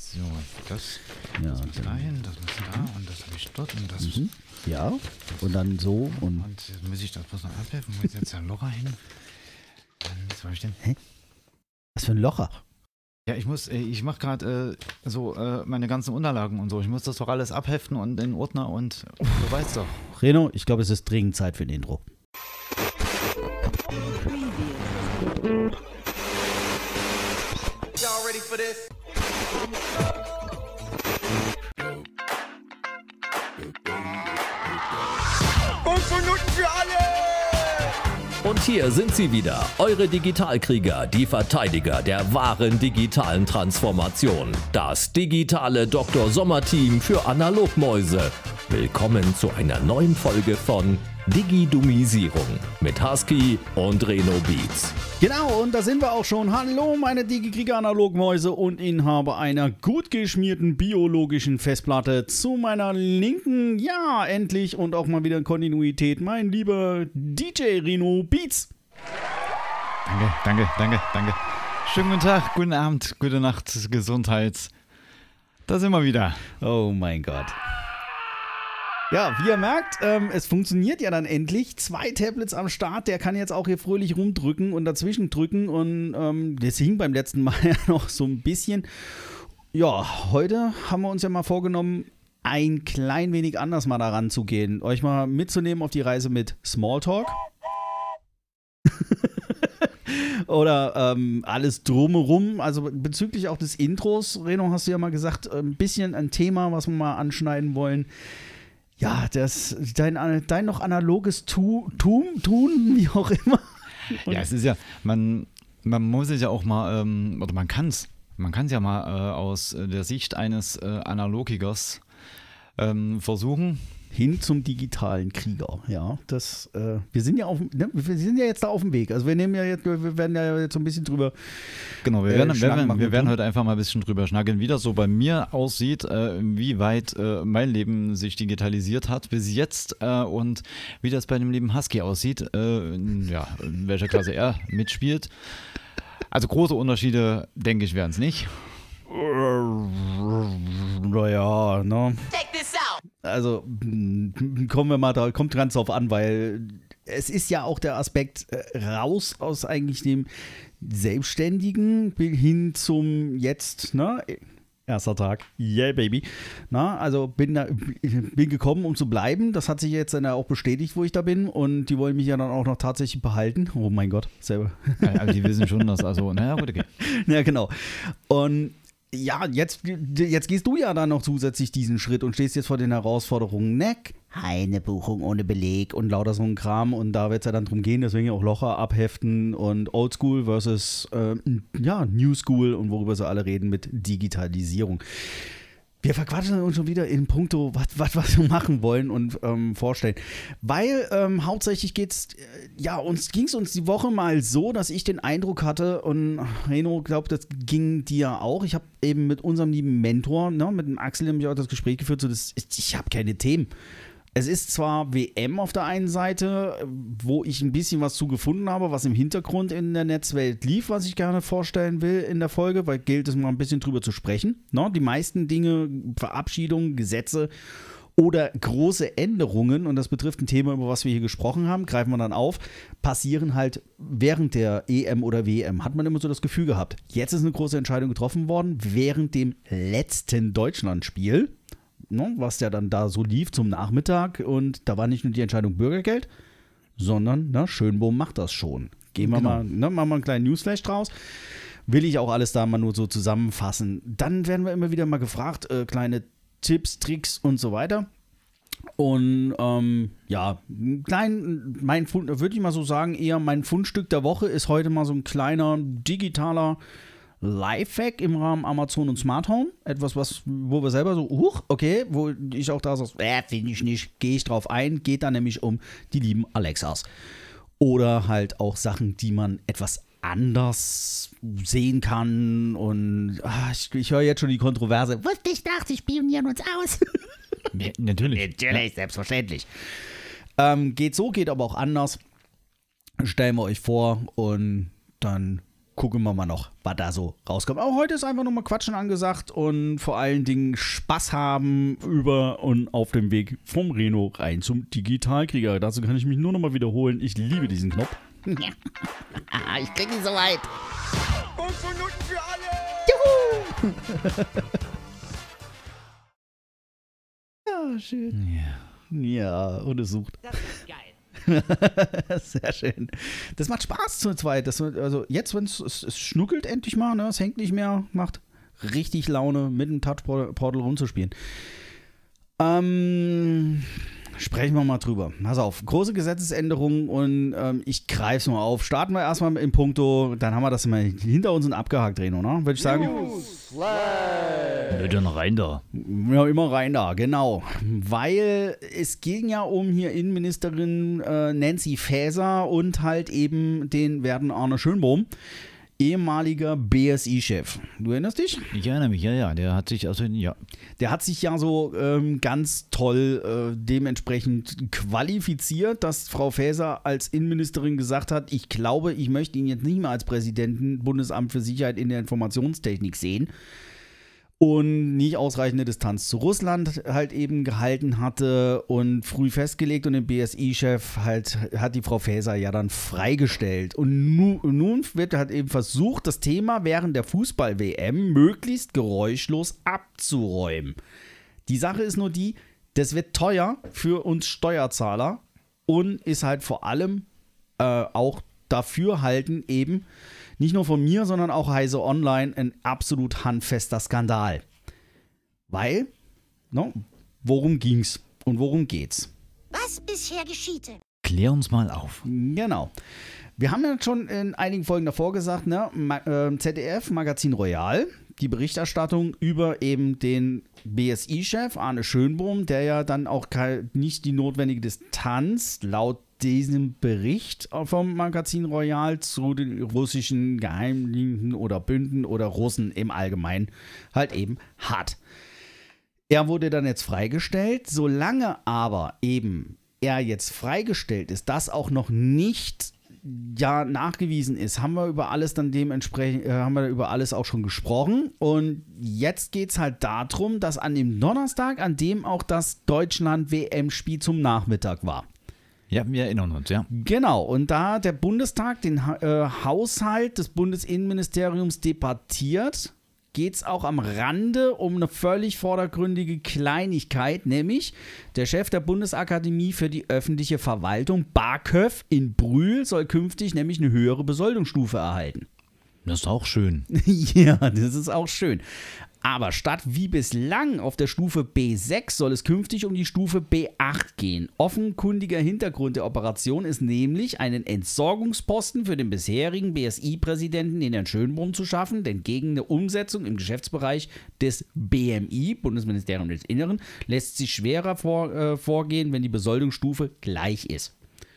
So, das Ja, muss dahin, das muss da und das habe ich dort und das Mhm. Ja, und dann so und. und jetzt muss ich das bloß noch abhelfen. Wo ist jetzt der Locher hin? Was habe ich denn? Was für ein Locher? Ja, ich mache gerade meine ganzen Unterlagen und so. Ich muss das doch alles abheften und in den Ordner und du weißt doch. Reno, ich glaube, es ist dringend Zeit für ein Intro. Y'all ready for this? 5 Minuten für alle! Und hier sind sie wieder, eure Digitalkrieger, die Verteidiger der wahren digitalen Transformation. Das digitale Dr. Sommer-Team für Analogmäuse. Willkommen zu einer neuen Folge von Digidumisierung mit Husky und Reno Beats. Genau, und da sind wir auch schon. Hallo, meine Digi-Krieger-Analogmäuse und Inhaber einer gut geschmierten biologischen Festplatte. Zu meiner Linken, ja, endlich und auch mal wieder in Kontinuität, mein lieber DJ Reno Beats. Danke. Schönen guten Tag, guten Abend, gute Nacht, Gesundheit. Da sind wir wieder. Oh mein Gott. Ja, wie ihr merkt, es funktioniert ja dann endlich. 2 Tablets am Start, der kann jetzt auch hier fröhlich rumdrücken und dazwischen drücken und das hing beim letzten Mal ja noch so ein bisschen. Ja, heute haben wir uns ja mal vorgenommen, ein klein wenig anders mal daran zu gehen. Euch mal mitzunehmen auf die Reise mit Smalltalk. Oder alles drumherum. Also bezüglich auch des Intros, Reno, hast du ja mal gesagt, ein bisschen ein Thema, was wir mal anschneiden wollen. Ja, dein noch analoges Tun, wie auch immer. Ja, es ist ja, man muss es ja auch mal, oder man kann es ja mal aus der Sicht eines Analogikers versuchen. Hin zum digitalen Krieger, ja. Wir sind ja jetzt da auf dem Weg. Also wir werden ja jetzt so ein bisschen drüber. Genau, wir werden heute einfach mal ein bisschen drüber schnacken, wie das so bei mir aussieht, wie weit mein Leben sich digitalisiert hat bis jetzt und wie das bei dem lieben Husky aussieht, in welcher Klasse er mitspielt. Also große Unterschiede, denke ich, wären es nicht. Naja, ne? Check this out! Also kommt ganz drauf an, weil es ist ja auch der Aspekt raus aus eigentlich dem Selbstständigen hin zum jetzt, ne? Erster Tag, yeah baby. Na, also bin gekommen, um zu bleiben. Das hat sich jetzt dann auch bestätigt, wo ich da bin. Und die wollen mich ja dann auch noch tatsächlich behalten. Oh mein Gott, selber. Aber die wissen schon, dass naja, gut, okay. Ja, genau. Und ja, jetzt gehst du ja dann noch zusätzlich diesen Schritt und stehst jetzt vor den Herausforderungen, keine Buchung ohne Beleg und lauter so ein Kram, und da wird es ja dann drum gehen, deswegen auch Locher abheften und Oldschool versus New School und worüber sie alle reden mit Digitalisierung. Wir verquatschen uns schon wieder in puncto, was wir machen wollen und vorstellen. Weil hauptsächlich ging es uns die Woche mal so, dass ich den Eindruck hatte, und Reno, glaubt, das ging dir auch. Ich habe eben mit unserem lieben Mentor, mit dem Axel, nämlich auch das Gespräch geführt, ich habe keine Themen. Es ist zwar WM auf der einen Seite, wo ich ein bisschen was zu gefunden habe, was im Hintergrund in der Netzwelt lief, was ich gerne vorstellen will in der Folge, weil gilt es mal ein bisschen drüber zu sprechen. Die meisten Dinge, Verabschiedungen, Gesetze oder große Änderungen, und das betrifft ein Thema, über was wir hier gesprochen haben, greifen wir dann auf, passieren halt während der EM oder WM. Hat man immer so das Gefühl gehabt. Jetzt ist eine große Entscheidung getroffen worden, während dem letzten Deutschlandspiel, was ja dann da so lief zum Nachmittag, und da war nicht nur die Entscheidung Bürgergeld, sondern Schönbohm macht das schon. Gehen wir mal, machen wir einen kleinen Newsflash draus. Will ich auch alles da mal nur so zusammenfassen. Dann werden wir immer wieder mal gefragt, kleine Tipps, Tricks und so weiter. Und mein Fund, würde ich mal so sagen, eher mein Fundstück der Woche ist heute mal so ein kleiner digitaler Lifehack im Rahmen Amazon und Smart Home. Etwas, wo wir selber so, wo ich auch da so, finde ich nicht, gehe ich drauf ein, geht da nämlich um die lieben Alexas. Oder halt auch Sachen, die man etwas anders sehen kann, und ich höre jetzt schon die Kontroverse. Wusste ich doch, sie spionieren uns aus. Ja, natürlich, selbstverständlich. Geht so, geht aber auch anders. Stellen wir euch vor und dann gucken wir mal noch, was da so rauskommt. Auch heute ist einfach nur mal Quatschen angesagt und vor allen Dingen Spaß haben über und auf dem Weg vom Reno rein zum Digitalkrieger. Dazu kann ich mich nur noch mal wiederholen. Ich liebe diesen Knopf. Ich krieg ihn so weit. 5 Minuten für alle! Ja, schön. Ja, und es sucht. Das ist geil. Sehr schön. Das macht Spaß zu zweit. Also jetzt, wenn es schnuckelt endlich mal, ne, es hängt nicht mehr, macht richtig Laune, mit dem Touch-Portal rumzuspielen. Sprechen wir mal drüber. Pass auf, große Gesetzesänderungen und ich greife es mal auf. Starten wir erstmal im Punkto, dann haben wir das mal hinter uns und abgehakt, Reno, ne? Würde ich sagen. Dann rein da. Ja, immer rein da, genau. Weil es ging ja um hier Innenministerin Nancy Faeser und halt eben den werten Arne Schönbohm, ehemaliger BSI-Chef. Du erinnerst dich? Ich erinnere mich, ja. Der hat sich Der hat sich ja so ganz toll dementsprechend qualifiziert, dass Frau Faeser als Innenministerin gesagt hat, ich glaube, ich möchte ihn jetzt nicht mehr als Präsidenten Bundesamt für Sicherheit in der Informationstechnik sehen. Und nicht ausreichende Distanz zu Russland halt eben gehalten hatte und früh festgelegt und den BSI-Chef hat die Frau Faeser ja dann freigestellt. Und nun wird halt eben versucht, das Thema während der Fußball-WM möglichst geräuschlos abzuräumen. Die Sache ist nur die, das wird teuer für uns Steuerzahler und ist halt vor allem auch dafür halten eben, nicht nur von mir, sondern auch Heise Online, ein absolut handfester Skandal. Weil, worum ging's und worum geht's? Was bisher geschiehte. Klär uns mal auf. Genau. Wir haben ja schon in einigen Folgen davor gesagt, ZDF, Magazin Royal, die Berichterstattung über eben den BSI-Chef Arne Schönbohm, der ja dann auch nicht die notwendige Distanz laut diesem Bericht vom Magazin Royal zu den russischen Geheimdiensten oder Bünden oder Russen im Allgemeinen halt eben hat. Er wurde dann jetzt freigestellt, solange aber eben er jetzt freigestellt ist, das auch noch nicht nachgewiesen ist, haben wir über alles dann dementsprechend, haben wir über alles auch schon gesprochen und jetzt geht es halt darum, dass an dem Donnerstag, an dem auch das Deutschland-WM-Spiel zum Nachmittag war. Ja, wir erinnern uns, ja. Genau, und da hat der Bundestag den Haushalt des Bundesinnenministeriums debattiert, geht es auch am Rande um eine völlig vordergründige Kleinigkeit, nämlich der Chef der Bundesakademie für die öffentliche Verwaltung, BAKÖV in Brühl, soll künftig nämlich eine höhere Besoldungsstufe erhalten. Das ist auch schön. Ja, das ist auch schön. Aber statt wie bislang auf der Stufe B6 soll es künftig um die Stufe B8 gehen. Offenkundiger Hintergrund der Operation ist nämlich, einen Entsorgungsposten für den bisherigen BSI-Präsidenten, den Herrn Schönbohm, zu schaffen, denn gegen eine Umsetzung im Geschäftsbereich des BMI, Bundesministerium des Inneren, lässt sich schwerer vorgehen, wenn die Besoldungsstufe gleich ist.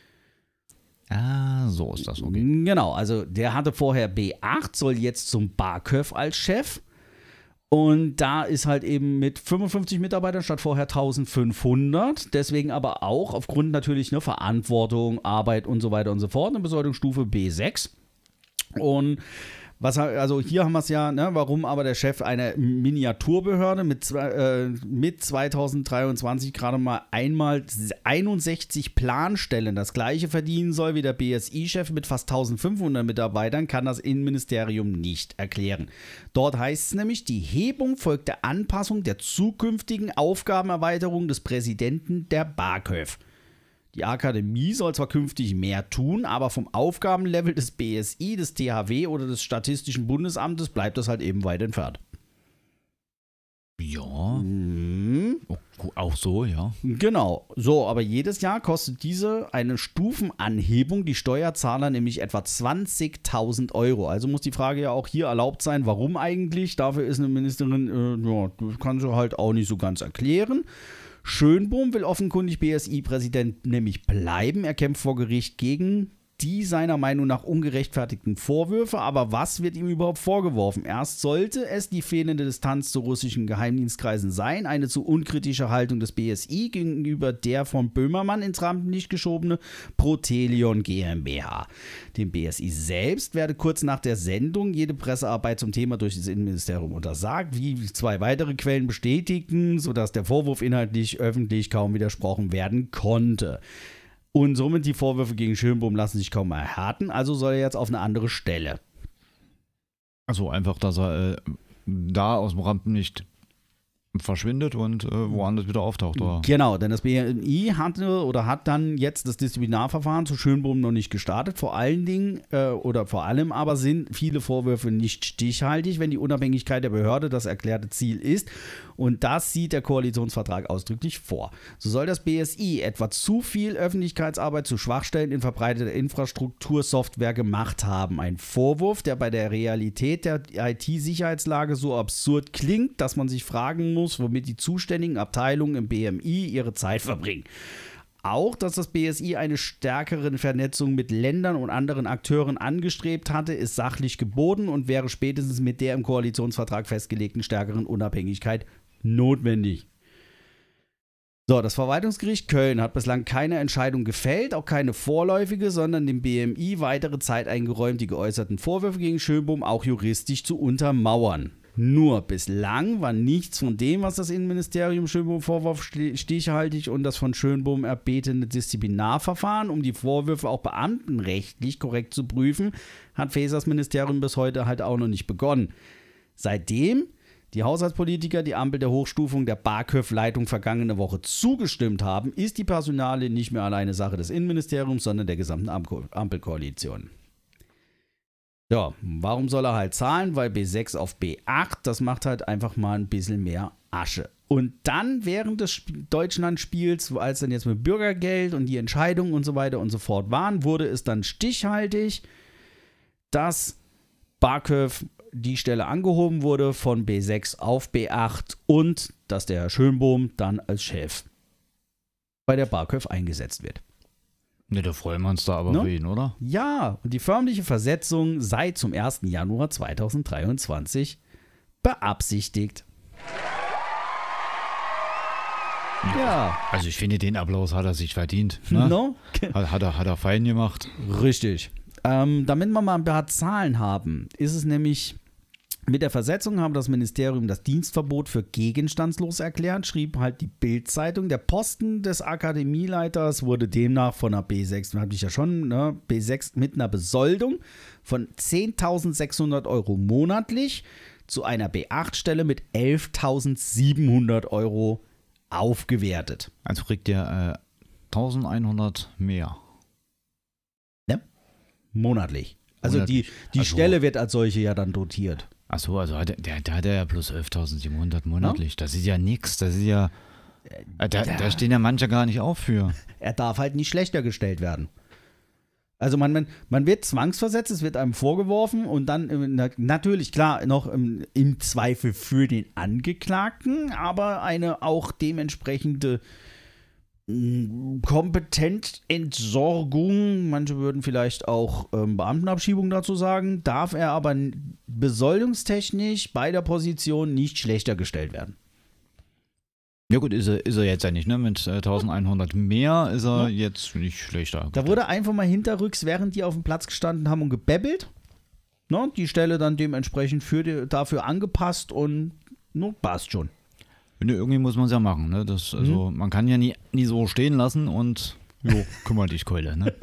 Ah, so ist das, okay. Genau, also der hatte vorher B8, soll jetzt zum BAKÖV als Chef. Und da ist halt eben mit 55 Mitarbeitern statt vorher 1500. Deswegen aber auch aufgrund natürlich Verantwortung, Arbeit und so weiter und so fort eine Besoldungsstufe B6. Und also hier haben wir es ja, warum aber der Chef einer Miniaturbehörde mit 2023 gerade mal einmal 61 Planstellen das gleiche verdienen soll wie der BSI-Chef mit fast 1500 Mitarbeitern, kann das Innenministerium nicht erklären. Dort heißt es nämlich, die Hebung folgt der Anpassung der zukünftigen Aufgabenerweiterung des Präsidenten der BAKÖV. Die Akademie soll zwar künftig mehr tun, aber vom Aufgabenlevel des BSI, des THW oder des Statistischen Bundesamtes bleibt das halt eben weit entfernt. Ja. Auch so, ja. Genau. So, aber jedes Jahr kostet diese eine Stufenanhebung die Steuerzahler nämlich etwa 20.000 Euro. Also muss die Frage ja auch hier erlaubt sein, warum eigentlich? Dafür ist eine Ministerin, das kann sie halt auch nicht so ganz erklären. Schönbohm will offenkundig BSI-Präsident nämlich bleiben. Er kämpft vor Gericht gegen die seiner Meinung nach ungerechtfertigten Vorwürfe. Aber was wird ihm überhaupt vorgeworfen? Erst sollte es die fehlende Distanz zu russischen Geheimdienstkreisen sein, eine zu unkritische Haltung des BSI gegenüber der von Böhmermann ins Rampenlicht geschobene Protelion GmbH. Dem BSI selbst werde kurz nach der Sendung jede Pressearbeit zum Thema durch das Innenministerium untersagt, wie 2 weitere Quellen bestätigten, sodass der Vorwurf inhaltlich öffentlich kaum widersprochen werden konnte. Und somit die Vorwürfe gegen Schönbohm lassen sich kaum erhärten, also soll er jetzt auf eine andere Stelle. Also einfach, dass er da aus dem Rampenlicht verschwindet und woanders wieder auftaucht. Oder? Genau, denn das BMI hat dann jetzt das Disziplinarverfahren zu Schönbohm noch nicht gestartet. Vor allem aber sind viele Vorwürfe nicht stichhaltig, wenn die Unabhängigkeit der Behörde das erklärte Ziel ist. Und das sieht der Koalitionsvertrag ausdrücklich vor. So soll das BSI etwa zu viel Öffentlichkeitsarbeit zu Schwachstellen in verbreiteter Infrastruktursoftware gemacht haben. Ein Vorwurf, der bei der Realität der IT-Sicherheitslage so absurd klingt, dass man sich fragen muss, womit die zuständigen Abteilungen im BMI ihre Zeit verbringen. Auch, dass das BSI eine stärkere Vernetzung mit Ländern und anderen Akteuren angestrebt hatte, ist sachlich geboten und wäre spätestens mit der im Koalitionsvertrag festgelegten stärkeren Unabhängigkeit notwendig. So, das Verwaltungsgericht Köln hat bislang keine Entscheidung gefällt, auch keine vorläufige, sondern dem BMI weitere Zeit eingeräumt, die geäußerten Vorwürfe gegen Schönbohm auch juristisch zu untermauern. Nur bislang war nichts von dem, was das Innenministerium Schönbohm vorwarf, stichhaltig und das von Schönbohm erbetene Disziplinarverfahren, um die Vorwürfe auch beamtenrechtlich korrekt zu prüfen, hat Fasers Ministerium bis heute halt auch noch nicht begonnen. Seitdem die Haushaltspolitiker die Ampel der Hochstufung der BAKÖV-Leitung vergangene Woche zugestimmt haben, ist die Personalie nicht mehr alleine Sache des Innenministeriums, sondern der gesamten Ampelkoalition. Ja, warum soll er halt zahlen? Weil B6 auf B8, das macht halt einfach mal ein bisschen mehr Asche. Und dann während des Deutschlandspiels, als dann jetzt mit Bürgergeld und die Entscheidungen und so weiter und so fort waren, wurde es dann stichhaltig, dass BAKÖV die Stelle angehoben wurde von B6 auf B8 und dass der Herr Schönbohm dann als Chef bei der BAKÖV eingesetzt wird. Ne, da freuen wir uns da aber für ihn, oder? Ja, und die förmliche Versetzung sei zum 1. Januar 2023 beabsichtigt. Ja. Also ich finde, den Applaus hat er sich verdient. Ne? No? Hat er fein gemacht. Richtig. Damit wir mal ein paar Zahlen haben, ist es nämlich mit der Versetzung haben das Ministerium das Dienstverbot für gegenstandslos erklärt, schrieb halt die Bild-Zeitung. Der Posten des Akademieleiters wurde demnach von einer B6, habe ich ja schon, ne, B6 mit einer Besoldung von 10.600 € monatlich zu einer B8-Stelle mit 11.700 € aufgewertet. Also kriegt der 1.100 mehr. Ne? Monatlich. Also die Stelle wird als solche ja dann dotiert. Achso, also hat er ja plus 11.700 monatlich. Ja? Das ist ja nix. Das ist ja. Da stehen ja manche gar nicht auf für. Er darf halt nicht schlechter gestellt werden. Also man wird zwangsversetzt, es wird einem vorgeworfen und dann natürlich klar noch im Zweifel für den Angeklagten, aber eine auch dementsprechende Kompetenzentsorgung, manche würden vielleicht auch Beamtenabschiebung dazu sagen, darf er aber besoldungstechnisch bei der Position nicht schlechter gestellt werden. Ja gut, ist er jetzt ja nicht, ne? Mit 1.100 mehr ist er jetzt nicht schlechter. Da wurde einfach mal hinterrücks, während die auf dem Platz gestanden haben und gebäbbelt, ne? Die Stelle dann dementsprechend dafür angepasst und passt schon. Irgendwie muss man es ja machen, ne? Man kann ja nie so stehen lassen und kümmere dich, Keule, ne?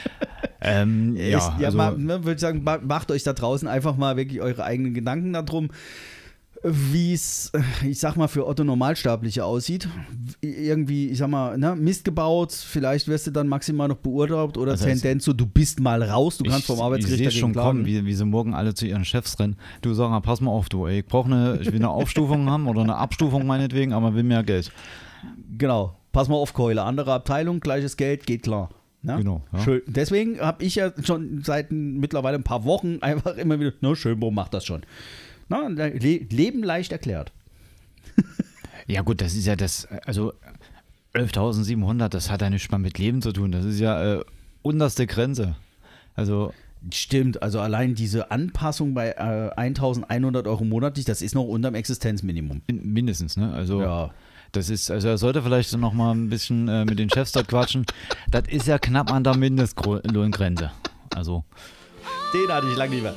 Würde ich sagen, macht euch da draußen einfach mal wirklich eure eigenen Gedanken darum, wie es, ich sag mal, für Otto Normalsterbliche aussieht. Irgendwie, ich sag mal, Mist gebaut, vielleicht wirst du dann maximal noch beurlaubt oder Tendenz so, du bist mal raus, du kannst vom Arbeitsgericht dagegen schon klagen. Kommen, wie sie morgen alle zu ihren Chefs rennen. Du sag mal, pass mal auf, ich will eine Aufstufung haben oder eine Abstufung meinetwegen, aber will mehr Geld. Genau, pass mal auf, Keule, andere Abteilung, gleiches Geld, geht klar. Ja? Genau. Ja. Schön. Deswegen habe ich ja schon seit mittlerweile ein paar Wochen einfach immer wieder, Schönbohm macht das schon. Leben leicht erklärt. Ja gut, das ist ja also 11.700, das hat ja nichts mal mit Leben zu tun. Das ist ja unterste Grenze. Also Stimmt, also allein diese Anpassung bei 1.100 € monatlich, das ist noch unterm Existenzminimum. mindestens, ne? Also Ja. das ist, also er sollte vielleicht noch mal ein bisschen mit den Chefs da quatschen. Das ist ja knapp an der Mindestlohngrenze. Also Den hatte ich lange nicht mehr.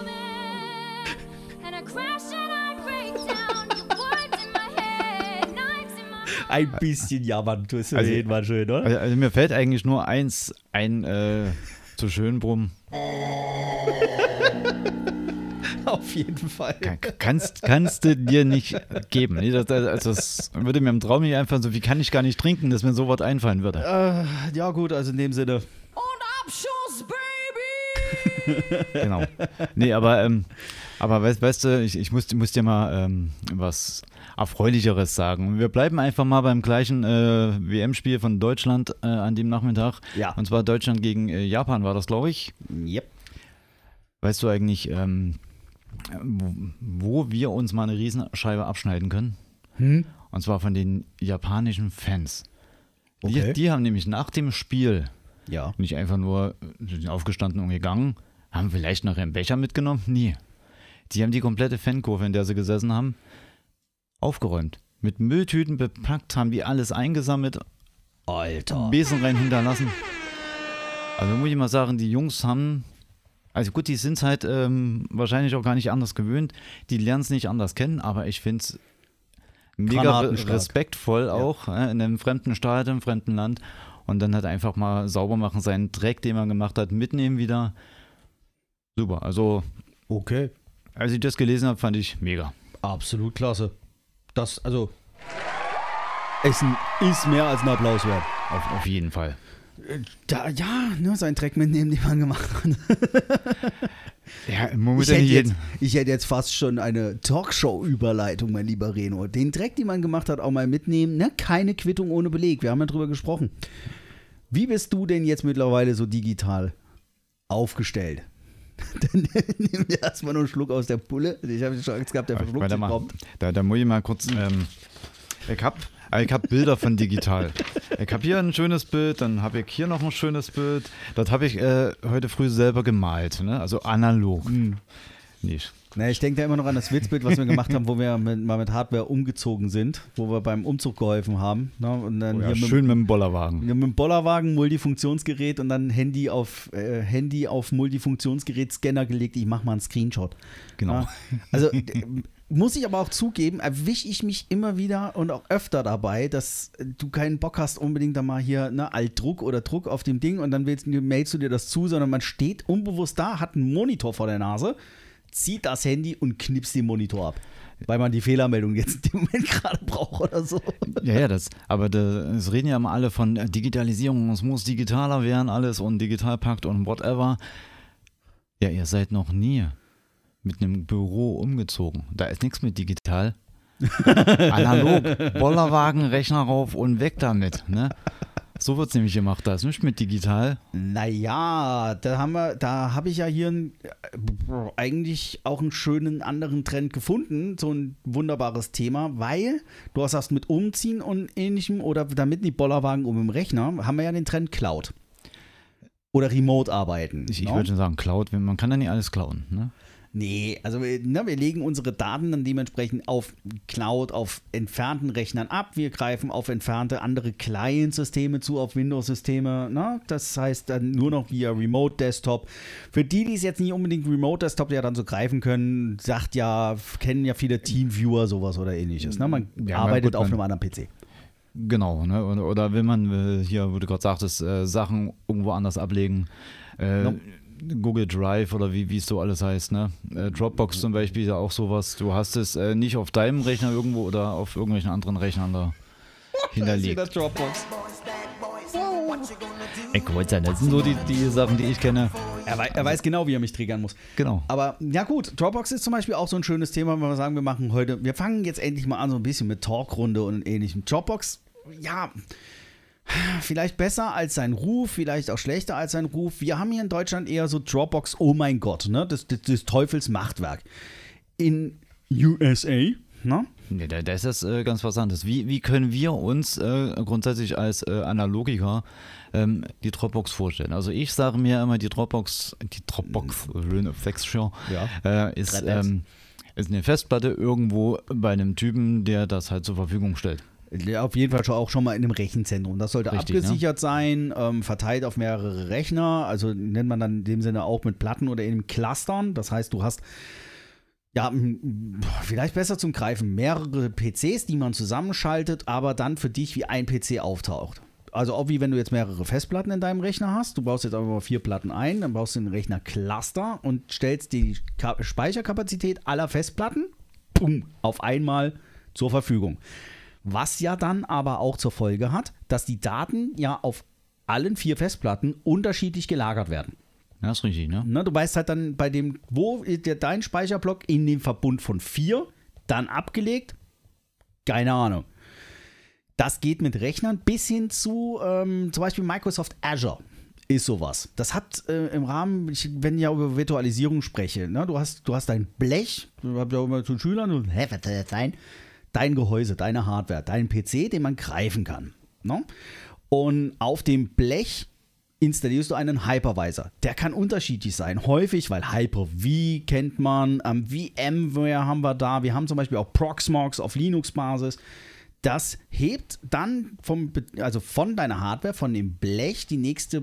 Ein bisschen jammern tust du Also- jeden Mal schön, oder? Also mir fällt eigentlich nur eins ein zu Schönbrunn. Auf jeden Fall. Kannst du dir nicht geben. Nee, das würde mir im Traum nicht einfallen, so wie kann ich gar nicht trinken, dass mir sowas einfallen würde. Ja gut, also in dem Sinne. Genau. Nee, aber weißt du, ich muss dir mal was Erfreulicheres sagen. Wir bleiben einfach mal beim gleichen WM-Spiel von Deutschland an dem Nachmittag. Ja. Und zwar Deutschland gegen Japan war das, glaube ich. Yep. Weißt du eigentlich, wo wir uns mal eine Riesenscheibe abschneiden können? Und zwar von den japanischen Fans. Okay. Die haben nämlich nach dem Spiel Ja. nicht einfach nur sind aufgestanden und gegangen, haben vielleicht noch einen Becher mitgenommen? Nie. Die haben die komplette Fankurve, in der sie gesessen haben, aufgeräumt. Mit Mülltüten bepackt, haben die alles eingesammelt, Alter. Besen rein hinterlassen. Also muss ich mal sagen, die Jungs haben, also gut, die sind es halt wahrscheinlich auch gar nicht anders gewöhnt. Die lernen es nicht anders kennen, aber ich finde es mega Granatenstark. respektvoll auch in einem fremden Staat, im fremden Land. Und dann halt einfach mal sauber machen, seinen Dreck, den man gemacht hat, mitnehmen wieder. Super, also Okay. als ich das gelesen habe, fand ich mega. Absolut klasse. Das, also, Essen ist mehr als ein Applaus wert. Auf jeden Fall. Ja, ne, seinen Dreck mitnehmen, den man gemacht hat. Ja, man muss Ich ja hätte, nicht jeden. ich hätte jetzt fast schon eine Talkshow-Überleitung, mein lieber Reno. Den Dreck, den man gemacht hat, auch mal mitnehmen. Ne? Keine Quittung ohne Beleg. Wir haben ja drüber gesprochen. Wie bist du denn jetzt mittlerweile so digital aufgestellt? Dann nimm dir erstmal noch einen Schluck aus der Pulle. Ich habe schon Angst gehabt, der verschluckt sich kommt. Da muss ich mal kurz. Ich hab Bilder von digital. Ich habe hier ein schönes Bild, dann habe ich hier noch ein schönes Bild. Das habe ich heute früh selber gemalt, ne? Also analog. Nicht. Na, ich denke da immer noch an das Witzbild, was wir gemacht haben, wo wir mal mit Hardware umgezogen sind, wo wir beim Umzug geholfen haben. Ne? Und dann Ja, hier schön mit dem Bollerwagen. mit dem Bollerwagen, Multifunktionsgerät und dann Handy auf Multifunktionsgerät, Scanner gelegt. Ich mache mal einen Screenshot. Genau. Ja, also muss ich aber auch zugeben, erwische ich mich immer wieder und auch öfter dabei, dass du keinen Bock hast, unbedingt da mal hier Altdruck oder Druck auf dem Ding und dann mailst du dir das zu, sondern man steht unbewusst da, hat einen Monitor vor der Nase, zieht das Handy und knipst den Monitor ab. Weil man die Fehlermeldung jetzt in dem Moment gerade braucht oder so. Ja, das reden ja immer alle von Digitalisierung, es muss digitaler werden, alles und Digitalpakt und whatever. Ja, ihr seid noch nie mit einem Büro umgezogen. Da ist nichts mit digital. Analog, Bollerwagen, Rechner rauf und weg damit. Ne? So wird es nämlich gemacht, da ist nichts mit digital. Naja, da habe ich ja hier eigentlich auch einen schönen anderen Trend gefunden, so ein wunderbares Thema, weil du hast mit Umziehen und ähnlichem oder damit die Bollerwagen im Rechner, haben wir ja den Trend Cloud. Oder Remote-Arbeiten. Ich würde schon sagen, Cloud, man kann ja nicht alles klauen. Ne? Nee, also wir legen unsere Daten dann dementsprechend auf Cloud, auf entfernten Rechnern ab. Wir greifen auf entfernte andere Client-Systeme zu, auf Windows-Systeme. Ne? Das heißt dann nur noch via Remote-Desktop. Für die es jetzt nicht unbedingt Remote-Desktop ja dann so greifen können, kennen ja viele Teamviewer, sowas oder ähnliches. Ne? Man arbeitet auf einem anderen PC. Genau, ne? Oder will man hier, wo du gerade sagtest, Sachen irgendwo anders ablegen. Google Drive oder wie es so alles heißt, ne? Dropbox zum Beispiel ist ja auch sowas. Du hast es nicht auf deinem Rechner irgendwo oder auf irgendwelchen anderen Rechnern da hinterlegt. Das Dropbox. Das sind so die Sachen, die ich kenne. Er weiß genau, wie er mich triggern muss. Genau. Aber ja gut, Dropbox ist zum Beispiel auch so ein schönes Thema, wenn wir sagen, wir fangen jetzt endlich mal an so ein bisschen mit Talkrunde und ähnlichem. Dropbox, ja, vielleicht besser als sein Ruf, vielleicht auch schlechter als sein Ruf. Wir haben hier in Deutschland eher so Dropbox, oh mein Gott, ne? Das Teufels Machtwerk. In USA, ne? Nee, das ist ganz was anderes. Wie können wir uns grundsätzlich als Analogiker die Dropbox vorstellen? Also ich sage mir immer, die Dropbox ist eine Festplatte irgendwo bei einem Typen, der das halt zur Verfügung stellt. Auf jeden Fall auch schon mal in einem Rechenzentrum. Das sollte Richtig, abgesichert sein, verteilt auf mehrere Rechner. Also nennt man dann in dem Sinne auch mit Platten oder in Clustern. Das heißt, du hast vielleicht besser zum Greifen mehrere PCs, die man zusammenschaltet, aber dann für dich wie ein PC auftaucht. Also auch wie wenn du jetzt mehrere Festplatten in deinem Rechner hast. Du baust jetzt einfach mal 4 Platten ein, dann baust du den Rechner Cluster und stellst die Speicherkapazität aller Festplatten auf einmal zur Verfügung. Was ja dann aber auch zur Folge hat, dass die Daten ja auf allen 4 Festplatten unterschiedlich gelagert werden. Ja, ist richtig, ne? Du weißt halt dann bei dem, wo ist dein Speicherblock in dem Verbund von 4 dann abgelegt? Keine Ahnung. Das geht mit Rechnern bis hin zu zum Beispiel Microsoft Azure ist sowas. Das hat im Rahmen, wenn ich ja über Virtualisierung spreche, ne? Du hast dein Blech, du hast ja auch immer zu Schülern, was soll das sein? Dein Gehäuse, deine Hardware, dein PC, den man greifen kann. Ne? Und auf dem Blech installierst du einen Hypervisor. Der kann unterschiedlich sein. Häufig, weil Hyper-V kennt man, VMware haben wir da. Wir haben zum Beispiel auch Proxmox auf Linux-Basis. Das hebt dann von deiner Hardware, von dem Blech, die nächste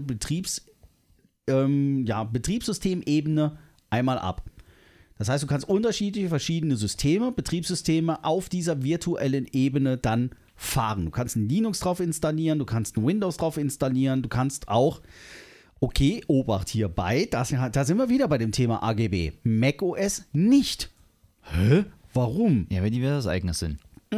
Betriebssystemebene einmal ab. Das heißt, du kannst verschiedene Systeme, Betriebssysteme auf dieser virtuellen Ebene dann fahren. Du kannst ein Linux drauf installieren, du kannst ein Windows drauf installieren, du kannst auch, Obacht hierbei, da sind wir wieder bei dem Thema AGB. macOS nicht. Hä? Warum? Ja, weil die wieder das eigene sind.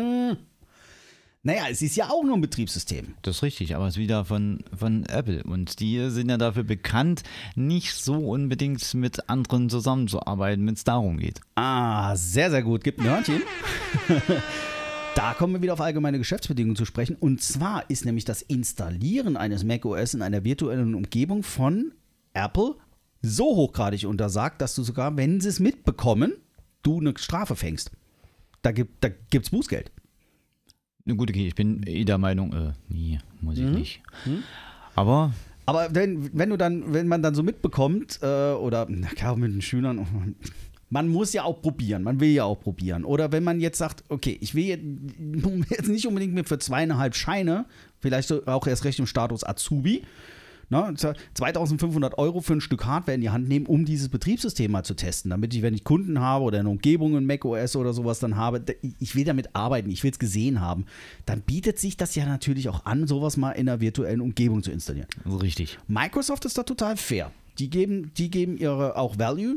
Naja, es ist ja auch nur ein Betriebssystem. Das ist richtig, aber es ist wieder von Apple. Und die sind ja dafür bekannt, nicht so unbedingt mit anderen zusammenzuarbeiten, wenn es darum geht. Ah, sehr, sehr gut. Gibt ein Hörnchen. Da kommen wir wieder auf allgemeine Geschäftsbedingungen zu sprechen. Und zwar ist nämlich das Installieren eines macOS in einer virtuellen Umgebung von Apple so hochgradig untersagt, dass du sogar, wenn sie es mitbekommen, du eine Strafe fängst. Da gibt's Bußgeld. Gut, okay, ich bin der Meinung, nee, muss ich nicht. Aber wenn man dann so mitbekommt, oder na klar, mit den Schülern, man muss ja auch probieren, man will ja auch probieren. Oder wenn man jetzt sagt, okay, ich will jetzt nicht unbedingt für 2,5 Scheine, vielleicht auch erst recht im Status Azubi, 2.500 € für ein Stück Hardware in die Hand nehmen, um dieses Betriebssystem mal zu testen, damit ich, wenn ich Kunden habe oder eine Umgebung in macOS oder sowas dann habe, ich will damit arbeiten, ich will es gesehen haben, dann bietet sich das ja natürlich auch an, sowas mal in einer virtuellen Umgebung zu installieren. Richtig. Microsoft ist da total fair. Die geben ihre auch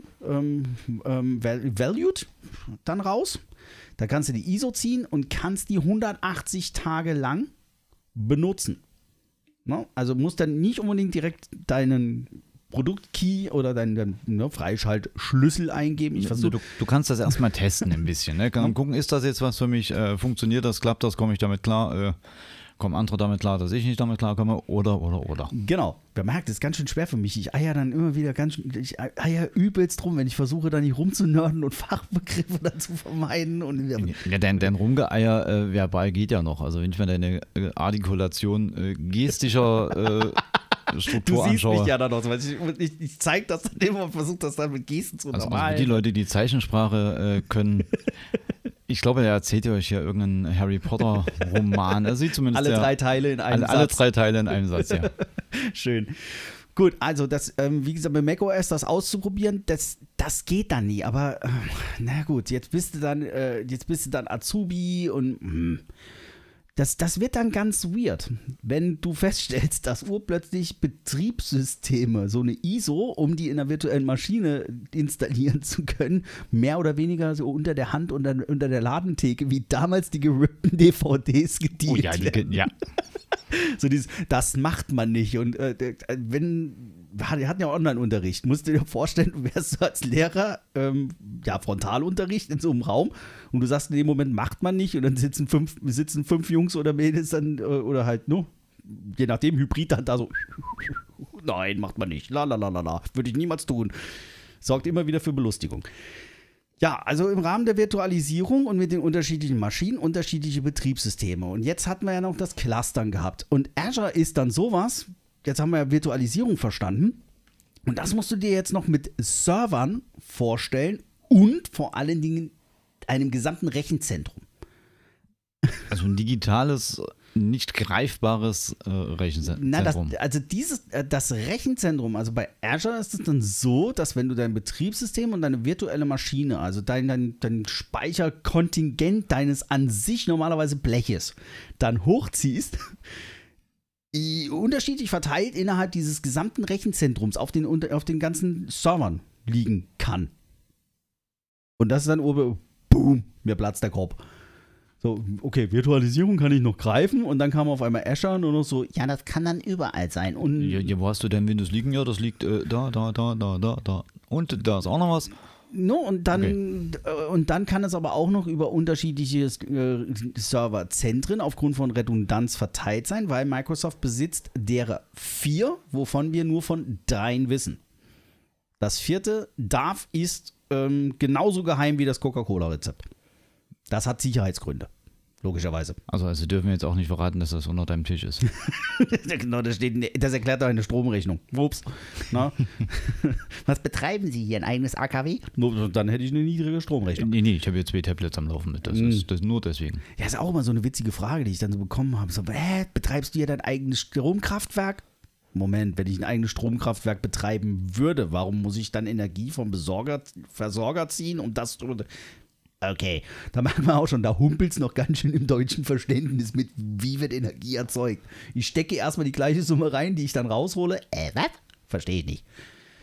Valued dann raus. Da kannst du die ISO ziehen und kannst die 180 Tage lang benutzen. No? Also musst dann nicht unbedingt direkt deinen Produktkey oder deinen Freischaltschlüssel eingeben. Du kannst das erstmal testen ein bisschen. Ne? Kann gucken, ist das jetzt was für mich? Funktioniert das? Klappt das? Komme ich damit klar? Kommen andere damit klar, dass ich nicht damit klarkomme? Oder. Genau. Wer merkt, das ist ganz schön schwer für mich. Ich eier dann immer wieder übelst rum, wenn ich versuche, da nicht rumzunörden und Fachbegriffe dann zu vermeiden. Ja, dein Rumgeeier verbal geht ja noch. Also wenn ich mir deine Artikulation gestischer Struktur anschaue. Du siehst mich ja dann noch, weil ich zeige das dann immer und versuche das dann mit Gesten zu also die Leute, die Zeichensprache können, ich glaube, er erzählt euch ja irgendeinen Harry Potter Roman. Er sieht zumindest alle 3 Teile in einem Satz. Alle 3 Teile in einem Satz, ja. Schön. Gut, also das, wie gesagt, bei macOS das auszuprobieren, das geht dann nie. Aber na gut, jetzt bist du dann Azubi und das wird dann ganz weird, wenn du feststellst, dass urplötzlich Betriebssysteme, so eine ISO, um die in einer virtuellen Maschine installieren zu können, mehr oder weniger so unter der Hand und unter der Ladentheke, wie damals die gerippten DVDs gedealt werden. Ja. So das macht man nicht. Und wir hatten ja Online-Unterricht. Musst du dir vorstellen, du wärst so als Lehrer, Frontalunterricht in so einem Raum und du sagst in dem Moment, macht man nicht und dann sitzen 5 Jungs oder Mädels dann, oder halt, je nachdem, Hybrid dann da so, nein, macht man nicht, la, würde ich niemals tun. Sorgt immer wieder für Belustigung. Ja, also im Rahmen der Virtualisierung und mit den unterschiedlichen Maschinen unterschiedliche Betriebssysteme. Und jetzt hatten wir ja noch das Clustern gehabt. Und Azure ist dann sowas, jetzt haben wir ja Virtualisierung verstanden. Und das musst du dir jetzt noch mit Servern vorstellen und vor allen Dingen einem gesamten Rechenzentrum. Also ein digitales, nicht greifbares Rechenzentrum. Na, das Rechenzentrum, also bei Azure ist es dann so, dass wenn du dein Betriebssystem und deine virtuelle Maschine, also dein Speicherkontingent deines an sich normalerweise Bleches, dann hochziehst, unterschiedlich verteilt innerhalb dieses gesamten Rechenzentrums auf den ganzen Servern liegen kann. Und das ist dann boom, mir platzt der Kopf. So, okay, Virtualisierung kann ich noch greifen und dann kam auf einmal Azure nur noch so, ja, das kann dann überall sein. Und ja, wo hast du denn Windows liegen? Ja, das liegt da. Und da ist auch noch was. No, und dann kann es aber auch noch über unterschiedliche Serverzentren aufgrund von Redundanz verteilt sein, weil Microsoft besitzt derer 4, wovon wir nur von 3 wissen. Das 4. ist genauso geheim wie das Coca-Cola-Rezept. Das hat Sicherheitsgründe, logischerweise. Also dürfen wir jetzt auch nicht verraten, dass das unter deinem Tisch ist. Genau, das erklärt doch eine Stromrechnung. Ups. Was betreiben Sie hier, ein eigenes AKW? Dann hätte ich eine niedrige Stromrechnung. Nee, ich habe hier 2 Tablets am Laufen mit. Das ist nur deswegen. Ja, ist auch immer so eine witzige Frage, die ich dann so bekommen habe. So, betreibst du hier dein eigenes Stromkraftwerk? Moment, wenn ich ein eigenes Stromkraftwerk betreiben würde, warum muss ich dann Energie vom Versorger ziehen, um das zu... Okay, da merkt man auch schon, da humpelt es noch ganz schön im deutschen Verständnis mit, wie wird Energie erzeugt. Ich stecke erstmal die gleiche Summe rein, die ich dann raushole. Was? Verstehe ich nicht.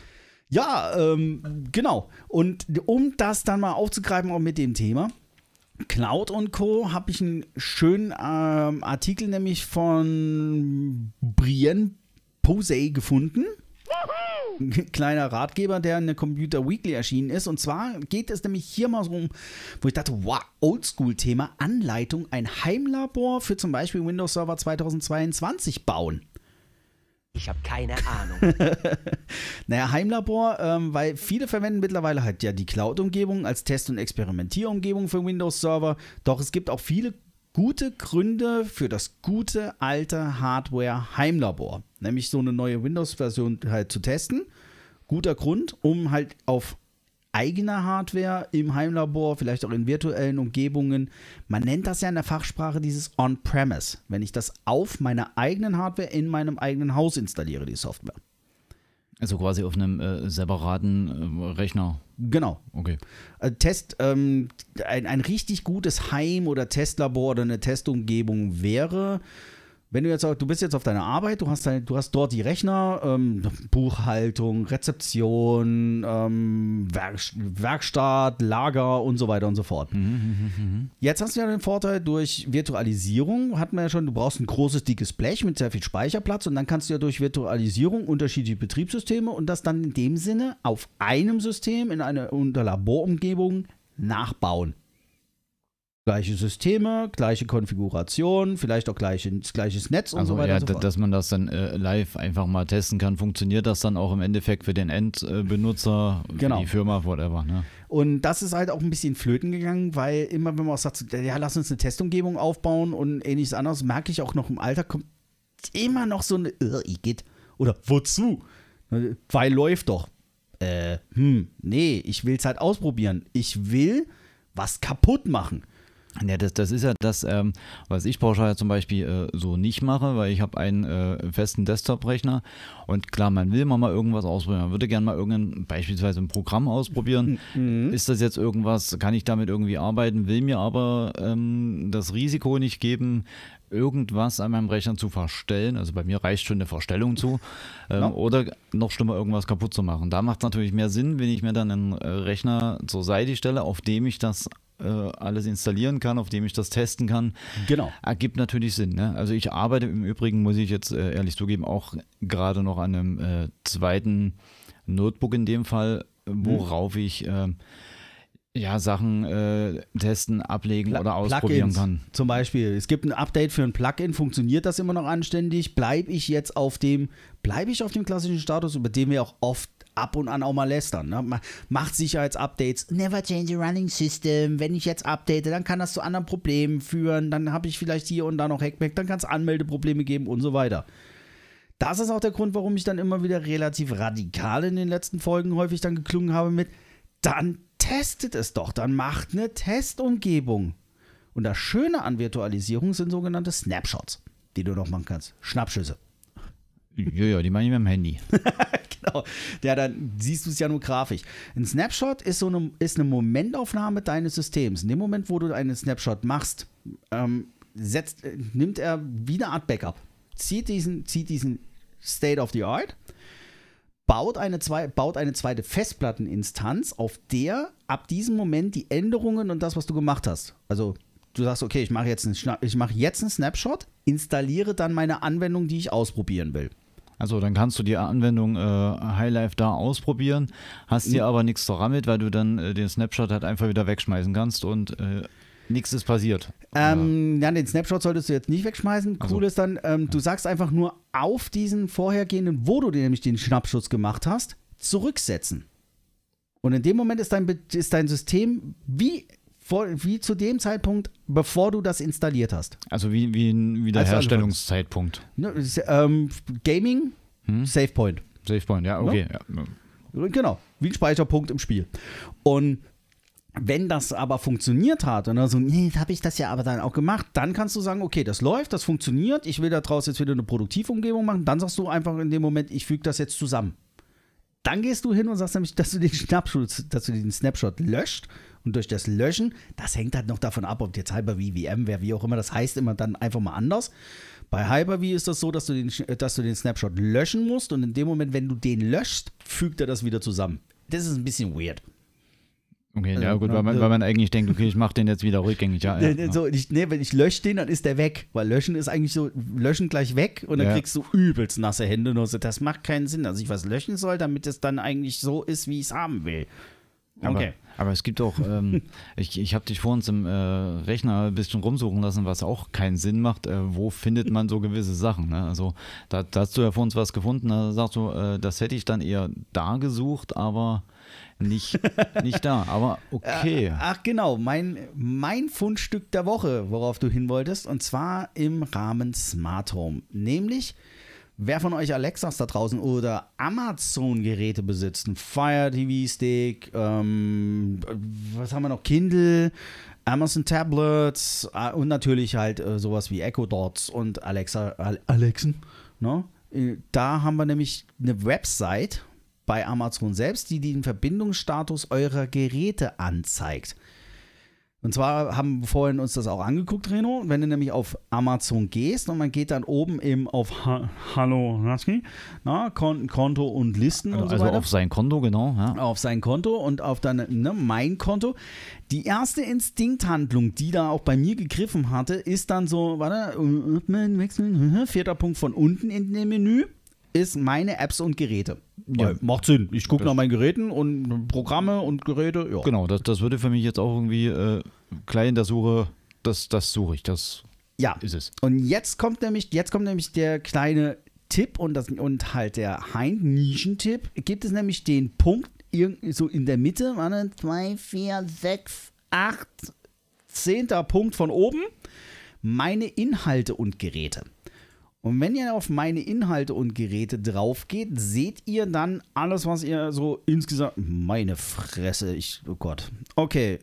Ja, genau. Und um das dann mal aufzugreifen, auch mit dem Thema Cloud und Co., habe ich einen schönen Artikel nämlich von Brian Posey gefunden. Kleiner Ratgeber, der in der Computer Weekly erschienen ist. Und zwar geht es nämlich hier mal so um, wo ich dachte, wow, Oldschool-Thema, Anleitung, ein Heimlabor für zum Beispiel Windows Server 2022 bauen. Ich habe keine Ahnung. Naja, Heimlabor, weil viele verwenden mittlerweile halt ja die Cloud-Umgebung als Test- und Experimentierumgebung für Windows Server. Doch es gibt auch viele gute Gründe für das gute alte Hardware-Heimlabor. Nämlich so eine neue Windows-Version halt zu testen. Guter Grund, um halt auf eigener Hardware im Heimlabor, vielleicht auch in virtuellen Umgebungen, man nennt das ja in der Fachsprache dieses On-Premise, wenn ich das auf meiner eigenen Hardware in meinem eigenen Haus installiere, die Software. Also quasi auf einem separaten Rechner. Genau. Okay. Ein richtig gutes Heim- oder Testlabor oder eine Testumgebung wäre, wenn du jetzt du bist jetzt auf deiner Arbeit, du hast dort die Rechner, Buchhaltung, Rezeption, Werkstatt, Lager und so weiter und so fort. Jetzt hast du ja den Vorteil, durch Virtualisierung hatten wir ja schon, du brauchst ein großes, dickes Blech mit sehr viel Speicherplatz und dann kannst du ja durch Virtualisierung unterschiedliche Betriebssysteme und das dann in dem Sinne auf einem System in einer Laborumgebung nachbauen. Gleiche Systeme, gleiche Konfiguration, vielleicht auch gleiches Netz und so weiter. Ja, und so fort. dass man das dann live einfach mal testen kann, funktioniert das dann auch im Endeffekt für den Endbenutzer, genau. Für die Firma, whatever. Ne? Und das ist halt auch ein bisschen flöten gegangen, weil immer, wenn man auch sagt, ja, lass uns eine Testumgebung aufbauen und ähnliches anderes, merke ich auch noch im Alter, kommt immer noch so eine Igitt. Oder wozu? Weil läuft doch. Nee, ich will es halt ausprobieren. Ich will was kaputt machen. Ja, das ist ja das, was ich pauschal zum Beispiel so nicht mache, weil ich habe einen festen Desktop-Rechner und klar, man will mal irgendwas ausprobieren, man würde gerne mal beispielsweise ein Programm ausprobieren. Ist das jetzt irgendwas, kann ich damit irgendwie arbeiten, will mir aber das Risiko nicht geben, irgendwas an meinem Rechner zu verstellen, also bei mir reicht schon eine Verstellung zu, oder noch schlimmer, irgendwas kaputt zu machen. Da macht es natürlich mehr Sinn, wenn ich mir dann einen Rechner zur Seite stelle, auf dem ich das alles installieren kann, auf dem ich das testen kann. Genau. Ergibt natürlich Sinn. Ne? Also ich arbeite im Übrigen, muss ich jetzt ehrlich zugeben, auch gerade noch an einem zweiten Notebook in dem Fall, worauf ich Sachen testen, ablegen oder ausprobieren Plugins kann. Zum Beispiel, es gibt ein Update für ein Plugin, funktioniert das immer noch anständig? Bleibe ich auf dem klassischen Status, über den wir auch oft ab und an auch mal lästern. Ne? Macht Sicherheitsupdates. Never change a running system. Wenn ich jetzt update, dann kann das zu anderen Problemen führen. Dann habe ich vielleicht hier und da noch Hackback. Dann kann es Anmeldeprobleme geben und so weiter. Das ist auch der Grund, warum ich dann immer wieder relativ radikal in den letzten Folgen häufig dann geklungen habe mit, dann testet es doch, dann macht eine Testumgebung. Und das Schöne an Virtualisierung sind sogenannte Snapshots, die du noch machen kannst. Schnappschüsse. Ja, die meine ich mit dem Handy. Genau. Ja, dann siehst du es ja nur grafisch. Ein Snapshot ist eine Momentaufnahme deines Systems. In dem Moment, wo du einen Snapshot machst, nimmt er wie eine Art Backup. Zieht diesen State of the Art, baut eine zweite Festplatteninstanz, auf der ab diesem Moment die Änderungen und das, was du gemacht hast. Also du sagst, okay, ich mache jetzt einen Snapshot, installiere dann meine Anwendung, die ich ausprobieren will. Also dann kannst du die Anwendung Highlife da ausprobieren, hast dir aber nichts daran mit, weil du dann den Snapshot halt einfach wieder wegschmeißen kannst und nichts ist passiert. Ja, den Snapshot solltest du jetzt nicht wegschmeißen. Cool ist dann, du sagst einfach nur auf diesen vorhergehenden, wo du dir nämlich den Schnappschuss gemacht hast, zurücksetzen. Und in dem Moment ist dein System wie zu dem Zeitpunkt, bevor du das installiert hast. Also wie ein Wiederherstellungszeitpunkt. Gaming, Savepoint. Savepoint, ja, okay. Ja. Genau, wie ein Speicherpunkt im Spiel. Und wenn das aber funktioniert hat und dann so, nee, habe ich das ja aber dann auch gemacht, dann kannst du sagen, okay, das läuft, das funktioniert, ich will daraus jetzt wieder eine Produktivumgebung machen, dann sagst du einfach in dem Moment, ich füge das jetzt zusammen. Dann gehst du hin und sagst nämlich, dass du den Snapshot löscht und durch das Löschen, das hängt halt noch davon ab, ob jetzt Hyper-V, VMware, wie auch immer, das heißt immer dann einfach mal anders. Bei Hyper-V ist das so, dass du den Snapshot löschen musst und in dem Moment, wenn du den löschst, fügt er das wieder zusammen. Das ist ein bisschen weird. Okay, ja gut, weil man eigentlich denkt, okay, ich mache den jetzt wieder rückgängig. Ja. So, wenn ich lösche den, dann ist der weg. Weil löschen ist eigentlich so, löschen gleich weg und dann kriegst du übelst nasse Hände. Und so, das macht keinen Sinn, dass ich was löschen soll, damit es dann eigentlich so ist, wie ich es haben will. Okay. Aber es gibt auch, ich habe dich vor uns im Rechner ein bisschen rumsuchen lassen, was auch keinen Sinn macht. Wo findet man so gewisse Sachen? Ne? Also da hast du ja vor uns was gefunden, da sagst du, das hätte ich dann eher da gesucht, aber nicht da. Aber okay. Ach genau, mein Fundstück der Woche, worauf du hin wolltest, und zwar im Rahmen Smart Home. Nämlich, wer von euch Alexas da draußen oder Amazon-Geräte besitzt, ein Fire TV-Stick, was haben wir noch, Kindle, Amazon Tablets und natürlich halt sowas wie Echo Dots und Alexen. Ne? Da haben wir nämlich eine Website bei Amazon selbst, die den Verbindungsstatus eurer Geräte anzeigt. Und zwar haben wir vorhin uns das auch angeguckt, Reno. Wenn du nämlich auf Amazon gehst und man geht dann oben auf Hallo Husky, Konto und Listen und so weiter. Also auf sein Konto, genau. Ja. Auf sein Konto und auf dann mein Konto. Die erste Instinkthandlung, die da auch bei mir gegriffen hatte, ist dann so, wechseln, 4. Punkt von unten in dem Menü, ist meine Apps und Geräte. Ja, macht Sinn. Ich gucke nach meinen Geräten und Programme und Geräte. Ja. Genau, das würde für mich jetzt auch irgendwie klein in der Suche, das suche ich, das ist es. Und jetzt kommt nämlich der kleine Tipp und halt der Nischentipp. Gibt es nämlich den Punkt so in der Mitte, 2, 4, 6, 8, 10. Punkt von oben, meine Inhalte und Geräte. Und wenn ihr auf meine Inhalte und Geräte drauf geht, seht ihr dann alles, was ihr so insgesamt... Meine Fresse, oh Gott. Okay,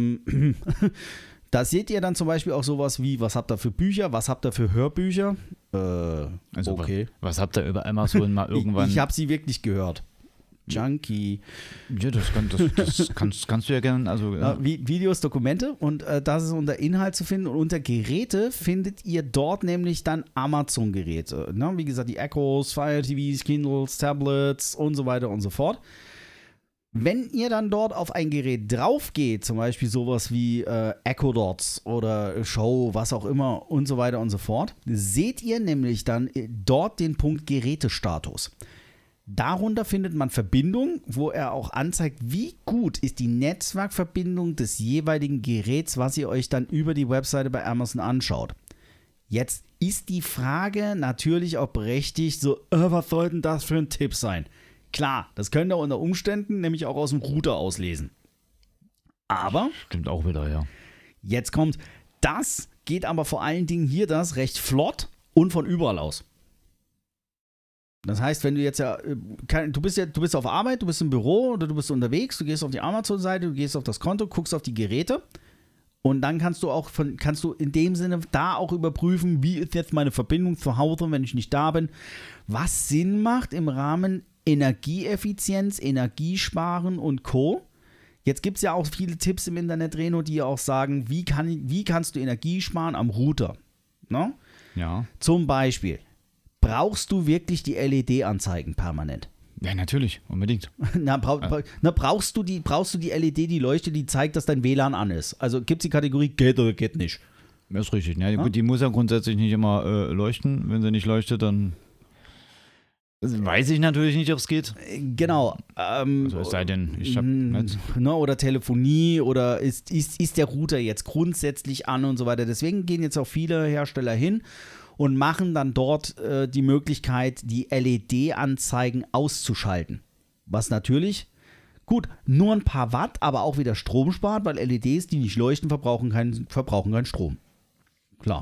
da seht ihr dann zum Beispiel auch sowas wie, was habt ihr für Bücher, was habt ihr für Hörbücher? Also okay. Was habt ihr über Amazon mal irgendwann... Ich habe sie wirklich gehört. Junkie. Ja, das kannst du ja gerne. Also, Videos, Dokumente und das ist unter Inhalt zu finden und unter Geräte findet ihr dort nämlich dann Amazon-Geräte. Ne? Wie gesagt, die Echos, Fire TVs, Kindles, Tablets und so weiter und so fort. Wenn ihr dann dort auf ein Gerät drauf geht, zum Beispiel sowas wie Echo Dots oder Show, was auch immer und so weiter und so fort, seht ihr nämlich dann dort den Punkt Gerätestatus. Darunter findet man Verbindung, wo er auch anzeigt, wie gut ist die Netzwerkverbindung des jeweiligen Geräts, was ihr euch dann über die Webseite bei Amazon anschaut. Jetzt ist die Frage natürlich auch berechtigt, so, was soll denn das für ein Tipp sein? Klar, das könnt ihr unter Umständen nämlich auch aus dem Router auslesen. Aber, Stimmt auch wieder, ja. jetzt kommt, das geht aber vor allen Dingen hier das recht flott und von überall aus. Das heißt, wenn du jetzt du bist auf Arbeit, du bist im Büro oder du bist unterwegs, du gehst auf die Amazon-Seite, du gehst auf das Konto, guckst auf die Geräte und dann kannst du in dem Sinne da auch überprüfen, wie ist jetzt meine Verbindung zu Hause, wenn ich nicht da bin, was Sinn macht im Rahmen Energieeffizienz, Energiesparen und Co. Jetzt gibt es ja auch viele Tipps im Internet, Reno, die auch sagen, wie kannst du Energie sparen am Router? No? Ja. Zum Beispiel, brauchst du wirklich die LED-Anzeigen permanent? Ja, natürlich, unbedingt. Brauchst du die LED, die leuchtet, die zeigt, dass dein WLAN an ist? Also gibt es die Kategorie geht oder geht nicht? Das ist richtig. Ja, gut, die muss ja grundsätzlich nicht immer leuchten. Wenn sie nicht leuchtet, dann weiß ich natürlich nicht, ob es geht. Genau. Also es sei denn, ich habe oder Telefonie oder ist der Router jetzt grundsätzlich an und so weiter. Deswegen gehen jetzt auch viele Hersteller hin und machen dann dort die Möglichkeit, die LED-Anzeigen auszuschalten. Was natürlich, gut, nur ein paar Watt, aber auch wieder Strom spart, weil LEDs, die nicht leuchten, verbrauchen keinen Strom. Klar.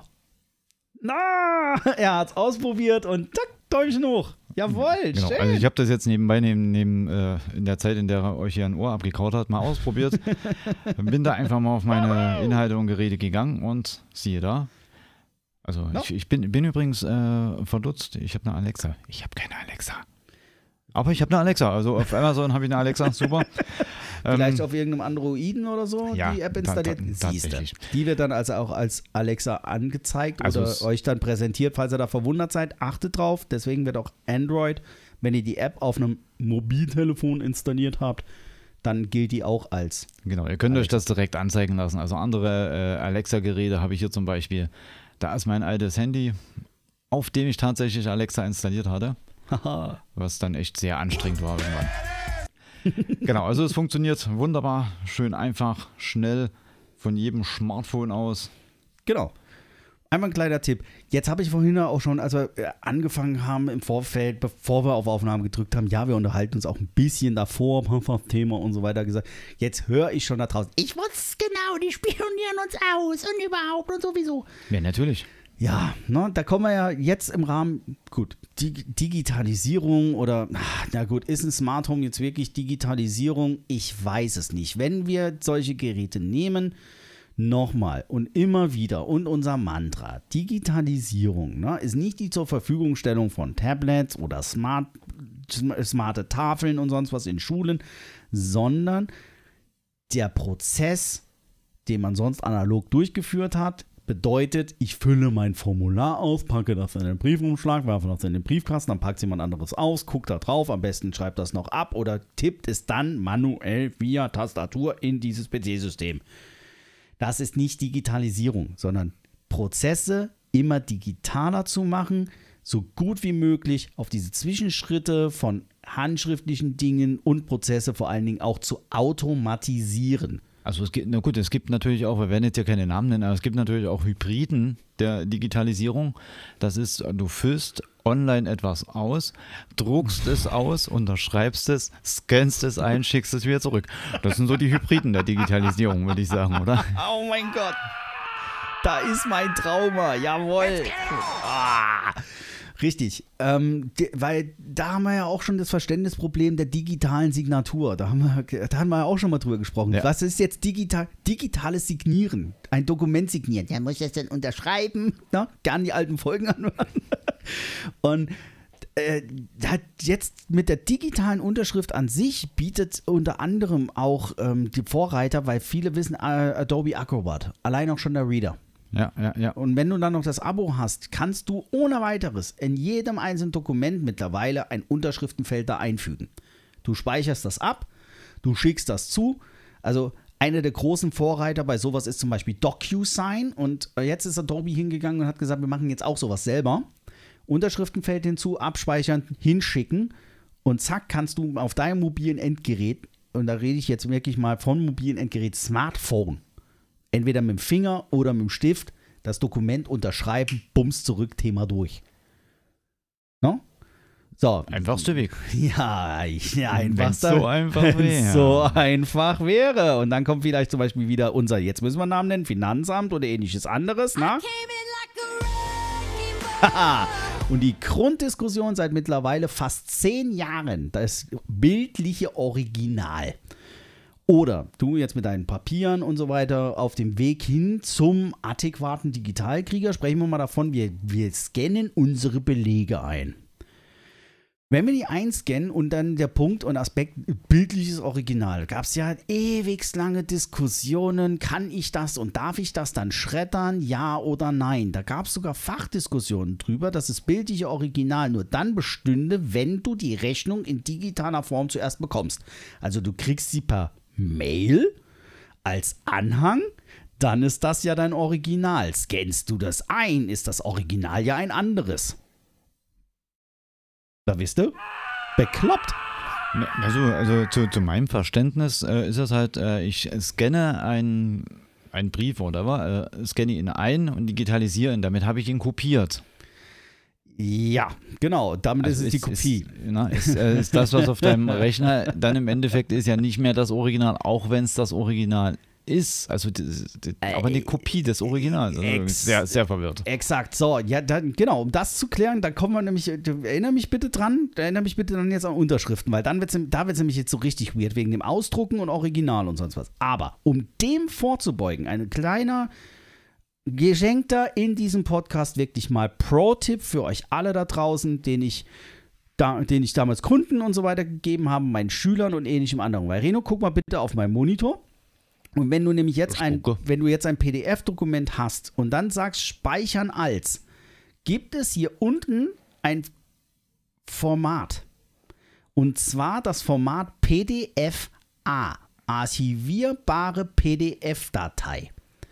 Na, er hat's ausprobiert und zack, Däumchen hoch. Jawohl, genau. schön. Also ich habe das jetzt nebenbei in der Zeit, in der er euch hier ein Ohr abgekaut hat, mal ausprobiert. Bin da einfach mal auf meine Inhalte und Geräte gegangen und siehe da. Also ich bin übrigens verdutzt. Ich habe eine Alexa. Ich habe keine Alexa. Aber ich habe eine Alexa. Also auf Amazon habe ich eine Alexa. Super. Vielleicht auf irgendeinem Androiden oder so ja, die App installiert. Tatsächlich. Die wird dann also auch als Alexa angezeigt also oder euch dann präsentiert, falls ihr da verwundert seid. Achtet drauf. Deswegen wird auch Android, wenn ihr die App auf einem Mobiltelefon installiert habt, dann gilt die auch als Genau, ihr könnt euch das direkt anzeigen lassen. Also andere Alexa-Geräte habe ich hier zum Beispiel. Da ist mein altes Handy, auf dem ich tatsächlich Alexa installiert hatte. Was dann echt sehr anstrengend war irgendwann. Genau, also es funktioniert wunderbar, schön einfach, schnell, von jedem Smartphone aus. Genau. Einmal ein kleiner Tipp. Jetzt habe ich vorhin auch schon, als wir angefangen haben im Vorfeld, bevor wir auf Aufnahme gedrückt haben, ja, wir unterhalten uns auch ein bisschen davor, Thema und so weiter gesagt. Jetzt höre ich schon da draußen. Ich wusste genau, die spionieren uns aus und überhaupt und sowieso. Ja, natürlich. Ja, ne, da kommen wir ja jetzt im Rahmen, gut, Digitalisierung oder, na gut, ist ein Smart Home jetzt wirklich Digitalisierung? Ich weiß es nicht. Wenn wir solche Geräte nehmen, nochmal und immer wieder und unser Mantra, Digitalisierung, ne, ist nicht die zur Verfügungstellung von Tablets oder smarte Tafeln und sonst was in Schulen, sondern der Prozess, den man sonst analog durchgeführt hat, bedeutet, ich fülle mein Formular aus, packe das in den Briefumschlag, werfe das in den Briefkasten, dann packt jemand anderes aus, guckt da drauf, am besten schreibt das noch ab oder tippt es dann manuell via Tastatur in dieses PC-System. Das ist nicht Digitalisierung, sondern Prozesse immer digitaler zu machen, so gut wie möglich auf diese Zwischenschritte von handschriftlichen Dingen und Prozesse vor allen Dingen auch zu automatisieren. Also es gibt natürlich auch, wir werden jetzt ja keine Namen nennen, aber es gibt natürlich auch Hybriden der Digitalisierung. Das ist, du füllst online etwas aus, druckst es aus, unterschreibst es, scannst es ein, schickst es wieder zurück. Das sind so die Hybriden der Digitalisierung, würde ich sagen, oder? Oh mein Gott, da ist mein Trauma, jawohl. Richtig, weil da haben wir ja auch schon das Verständnisproblem der digitalen Signatur. Da haben wir ja auch schon mal drüber gesprochen. Ja. Was ist jetzt digitales Signieren? Ein Dokument signieren. Der muss das dann unterschreiben. Na, gern die alten Folgen anhören. Und jetzt mit der digitalen Unterschrift an sich bietet unter anderem auch die Vorreiter, weil viele wissen Adobe Acrobat. Allein auch schon der Reader. Ja. Und wenn du dann noch das Abo hast, kannst du ohne weiteres in jedem einzelnen Dokument mittlerweile ein Unterschriftenfeld da einfügen. Du speicherst das ab, du schickst das zu. Also einer der großen Vorreiter bei sowas ist zum Beispiel DocuSign. Und jetzt ist Adobe hingegangen und hat gesagt, wir machen jetzt auch sowas selber. Unterschriftenfeld hinzu, abspeichern, hinschicken. Und zack, kannst du auf deinem mobilen Endgerät, und da rede ich jetzt wirklich mal von mobilen Endgerät, Smartphone, entweder mit dem Finger oder mit dem Stift, das Dokument unterschreiben, bums zurück, Thema durch. No? So. Einfachste Weg. Ja, Wenn's so einfach wäre. Wenn's so einfach wäre. Und dann kommt vielleicht zum Beispiel wieder unser, jetzt müssen wir einen Namen nennen, Finanzamt oder ähnliches anderes, na? Haha. Und die Grunddiskussion seit mittlerweile fast 10 Jahren, das bildliche Original. Oder du jetzt mit deinen Papieren und so weiter auf dem Weg hin zum adäquaten Digitalkrieger, sprechen wir mal davon, wir scannen unsere Belege ein. Wenn wir die einscannen und dann der Punkt und Aspekt bildliches Original, gab es ja ewig lange Diskussionen, kann ich das und darf ich das dann schreddern, ja oder nein. Da gab es sogar Fachdiskussionen drüber, dass das bildliche Original nur dann bestünde, wenn du die Rechnung in digitaler Form zuerst bekommst. Also du kriegst sie per Mail als Anhang, dann ist das ja dein Original. Scannst du das ein, ist das Original ja ein anderes. Da wisst ihr? Bekloppt. Also zu meinem Verständnis ist das halt, ich scanne einen Brief oder scanne ihn ein und digitalisiere ihn. Damit habe ich ihn kopiert. Ja, genau. Damit Also ist es die Kopie. Ist das, was auf deinem Rechner dann im Endeffekt ist, ja nicht mehr das Original, auch wenn es das Original ist. Also aber eine Kopie des Originals. Also sehr, sehr verwirrt. Exakt. So, ja, dann, genau, um das zu klären, da kommen wir nämlich, erinnere mich bitte dann jetzt an Unterschriften, weil da wird's nämlich jetzt so richtig weird, wegen dem Ausdrucken und Original und sonst was. Aber um dem vorzubeugen, ein kleiner geschenkter in diesem Podcast wirklich mal Pro-Tipp für euch alle da draußen, den ich damals Kunden und so weiter gegeben habe, meinen Schülern und ähnlichem anderen. Weil Reno, guck mal bitte auf meinen Monitor. Und wenn du nämlich jetzt ein PDF-Dokument hast und dann sagst Speichern als, gibt es hier unten ein Format. Und zwar das Format PDF-A, archivierbare PDF-Datei.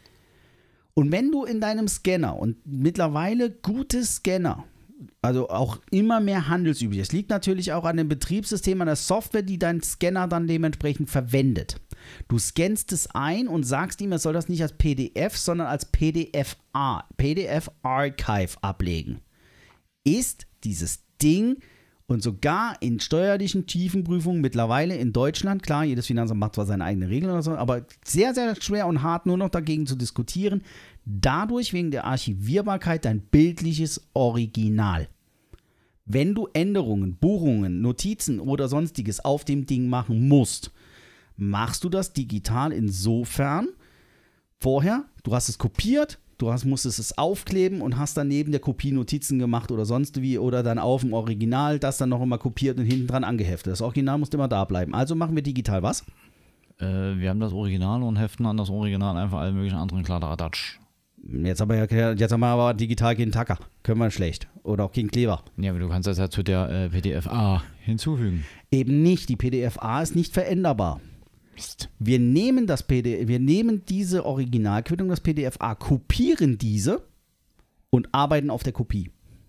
Und wenn du in deinem Scanner und mittlerweile gute Scanner, also auch immer mehr handelsüblich, es liegt natürlich auch an dem Betriebssystem, an der Software, die dein Scanner dann dementsprechend verwendet. Du scannst es ein und sagst ihm, er soll das nicht als PDF, sondern als PDF-A, PDF-Archive ablegen. Ist dieses Ding und sogar in steuerlichen Tiefenprüfungen mittlerweile in Deutschland, klar, jedes Finanzamt macht zwar seine eigenen Regeln oder so, aber sehr, sehr schwer und hart nur noch dagegen zu diskutieren, dadurch wegen der Archivierbarkeit dein bildliches Original. Wenn du Änderungen, Buchungen, Notizen oder sonstiges auf dem Ding machen musst, machst du das digital insofern vorher, du hast es kopiert, musstest es aufkleben und hast dann neben der Kopie Notizen gemacht oder sonst wie oder dann auf dem Original das dann noch immer kopiert und hinten dran angeheftet. Das Original muss immer da bleiben. Also machen wir digital was? Wir haben das Original und heften an das Original einfach alle möglichen anderen Kladderadatsch. Jetzt haben wir aber digital keinen Tacker. Können wir schlecht. Oder auch keinen Kleber. Ja, aber du kannst das ja zu der PDF-A hinzufügen. Eben nicht. Die PDF-A ist nicht veränderbar. Mist. Wir nehmen diese Originalquittung, das PDF-A, kopieren diese und arbeiten auf der Kopie.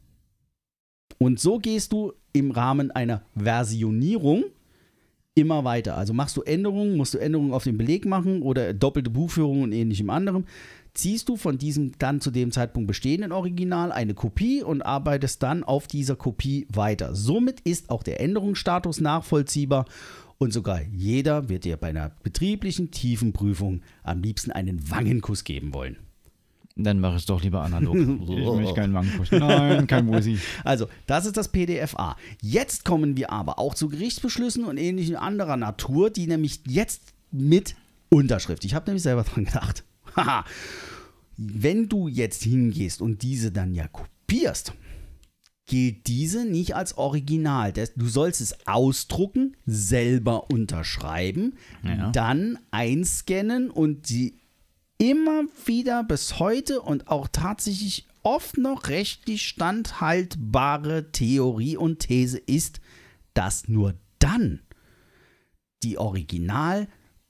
Und so gehst du im Rahmen einer Versionierung immer weiter. Also machst du Änderungen, musst du Änderungen auf den Beleg machen oder doppelte Buchführung und ähnlichem anderem. Ziehst du von diesem dann zu dem Zeitpunkt bestehenden Original eine Kopie und arbeitest dann auf dieser Kopie weiter. Somit ist auch der Änderungsstatus nachvollziehbar und sogar jeder wird dir bei einer betrieblichen Tiefenprüfung am liebsten einen Wangenkuss geben wollen. Dann mache ich es doch lieber analog. Ich möchte keinen Wangenkuss. Nein, kein Musi. Also, das ist das PDF-A. Jetzt kommen wir aber auch zu Gerichtsbeschlüssen und ähnlichen anderer Natur, die nämlich jetzt mit Unterschrift. Ich habe nämlich selber dran gedacht. Haha. Wenn du jetzt hingehst und diese dann ja kopierst, gilt diese nicht als Original. Du sollst es ausdrucken, selber unterschreiben, dann einscannen und sie immer wieder bis heute und auch tatsächlich oft noch rechtlich standhaltbare Theorie und These ist, dass nur dann die Original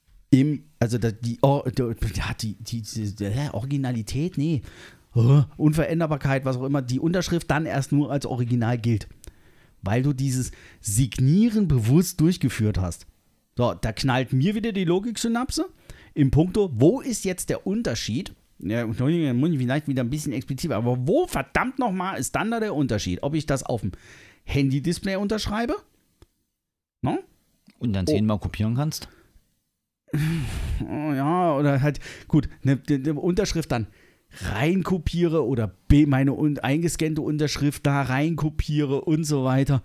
Originalität, Unveränderbarkeit, was auch immer, die Unterschrift dann erst nur als Original gilt. Weil du dieses Signieren bewusst durchgeführt hast. So, da knallt mir wieder die Logiksynapse im Punkto, wo ist jetzt der Unterschied Ja, Entschuldigung, muss ich vielleicht wieder ein bisschen expliziter. Aber wo verdammt nochmal ist dann da der Unterschied? Ob ich das auf dem Handy-Display unterschreibe? No? Und dann 10-mal kopieren kannst? Ja, oder halt, gut, eine Unterschrift dann reinkopiere oder meine eingescannte Unterschrift da reinkopiere und so weiter.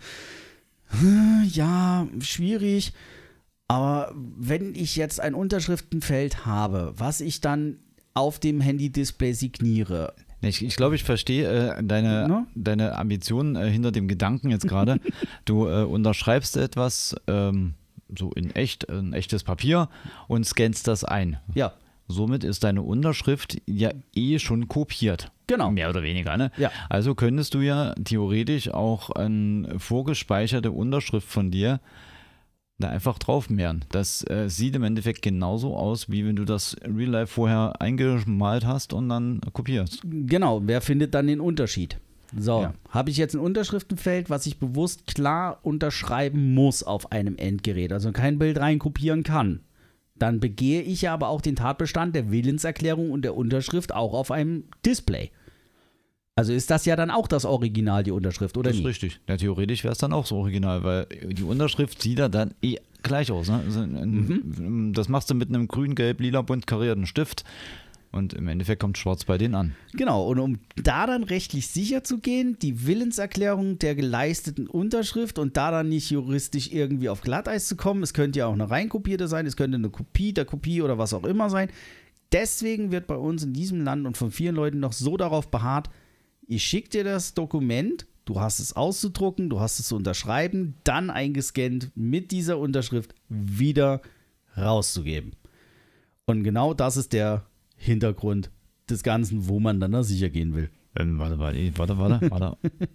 Ja, schwierig. Aber wenn ich jetzt ein Unterschriftenfeld habe, was ich dann auf dem Handy-Display signiere. Ich glaube, ich verstehe deine Ambitionen hinter dem Gedanken jetzt gerade. Du unterschreibst etwas so in echt, ein echtes Papier und scannst das ein. Ja. Somit ist deine Unterschrift ja schon kopiert. Genau. Mehr oder weniger, ne? Ja. Also könntest du ja theoretisch auch eine vorgespeicherte Unterschrift von dir da einfach draufmehren. Das sieht im Endeffekt genauso aus, wie wenn du das Real Life vorher eingemalt hast und dann kopierst. Genau, wer findet dann den Unterschied? So, Ja. habe ich jetzt ein Unterschriftenfeld, was ich bewusst klar unterschreiben muss auf einem Endgerät, also kein Bild reinkopieren kann. Dann begehe ich ja aber auch den Tatbestand der Willenserklärung und der Unterschrift auch auf einem Display. Also ist das ja dann auch das Original, die Unterschrift, oder Das ist nicht? richtig. Ja, theoretisch wäre es dann auch so original, weil die Unterschrift sieht ja dann gleich aus. Ne? Also das machst du mit einem grün, gelb, lila, bunt karierten Stift und im Endeffekt kommt schwarz bei denen an. Genau, und um da dann rechtlich sicher zu gehen, die Willenserklärung der geleisteten Unterschrift und da dann nicht juristisch irgendwie auf Glatteis zu kommen, es könnte ja auch eine reinkopierte sein, es könnte eine Kopie der Kopie oder was auch immer sein. Deswegen wird bei uns in diesem Land und von vielen Leuten noch so darauf beharrt, ich schicke dir das Dokument, du hast es auszudrucken, du hast es zu unterschreiben, dann eingescannt mit dieser Unterschrift wieder rauszugeben. Und genau das ist der Hintergrund des Ganzen, wo man dann da sicher gehen will. Warte.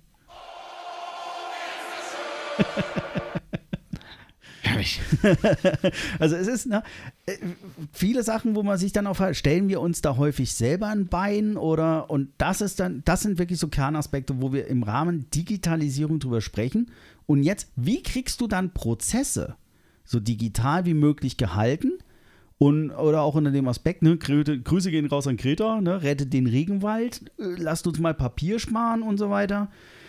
Herrlich. Also es ist viele Sachen, wo man sich dann stellen wir uns da häufig selber ein Bein und das sind wirklich so Kernaspekte, wo wir im Rahmen Digitalisierung drüber sprechen. Und jetzt, wie kriegst du dann Prozesse so digital wie möglich gehalten? Oder auch unter dem Aspekt, ne, Grüße gehen raus an Greta, ne, rettet den Regenwald, lasst uns mal Papier sparen und so weiter.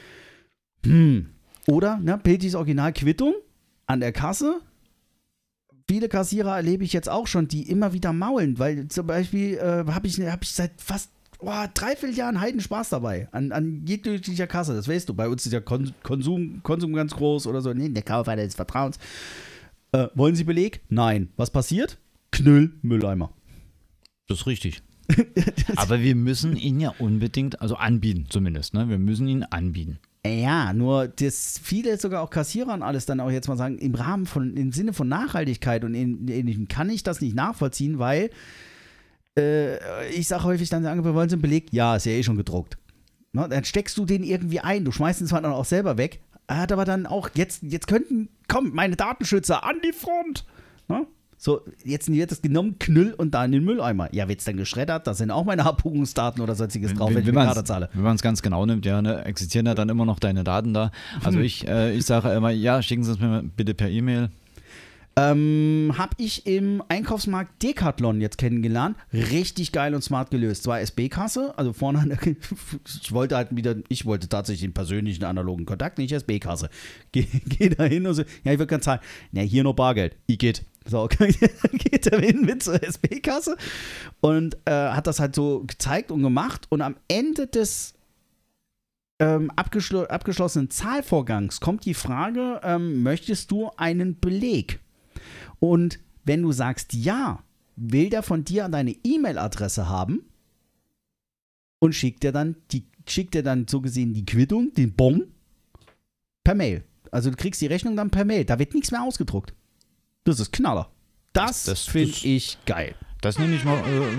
Oder, ne, Piltis Originalquittung an der Kasse. Viele Kassierer erlebe ich jetzt auch schon, die immer wieder maulen, weil zum Beispiel habe ich seit fast 3 Jahren Heidenspaß dabei an jeglicher Kasse, das weißt du, bei uns ist ja Konsum ganz groß oder so, nee, der Kaufhalle des Vertrauens. Wollen Sie Beleg? Nein. Was passiert? Knüll, Mülleimer. Das ist richtig. Aber wir müssen ihn ja unbedingt, also anbieten zumindest, ne? Wir müssen ihn anbieten. Ja, nur das viele sogar auch Kassierer und alles dann auch jetzt mal sagen, im Sinne von Nachhaltigkeit und Ähnlichem kann ich das nicht nachvollziehen, weil ich sage häufig dann, wir wollen Sie einen Beleg? Ja, ist ja eh schon gedruckt. Ne, dann steckst du den irgendwie ein, du schmeißt ihn zwar dann auch selber weg, hat aber dann auch, jetzt meine Datenschützer an die Front. Ne? So, jetzt wird das genommen, Knüll und da in den Mülleimer. Ja, wird es dann geschreddert? Da sind auch meine Abbuchungsdaten oder sonstiges drauf, wenn ich eine Karte zahle. Wenn man es ganz genau nimmt, ja, ne, existieren ja dann immer noch deine Daten da. Also ich sage immer, ja, schicken Sie es mir bitte per E-Mail. Habe ich im Einkaufsmarkt Decathlon jetzt kennengelernt. Richtig geil und smart gelöst. Zwar SB-Kasse, also vorne, ich wollte tatsächlich den persönlichen analogen Kontakt, nicht SB-Kasse. Geh da hin und so, ja, ich würde gerne zahlen. Ja, hier nur Bargeld. Geht. So, geht er hin mit zur SB-Kasse und hat das halt so gezeigt und gemacht und am Ende des abgeschlossenen Zahlvorgangs kommt die Frage, möchtest du einen Beleg? Und wenn du sagst ja, will der von dir deine E-Mail-Adresse haben und schickt dir dann so gesehen die Quittung, den Bon, per Mail. Also du kriegst die Rechnung dann per Mail. Da wird nichts mehr ausgedruckt. Das ist Knaller. Das finde ich geil. Das nenne ich mal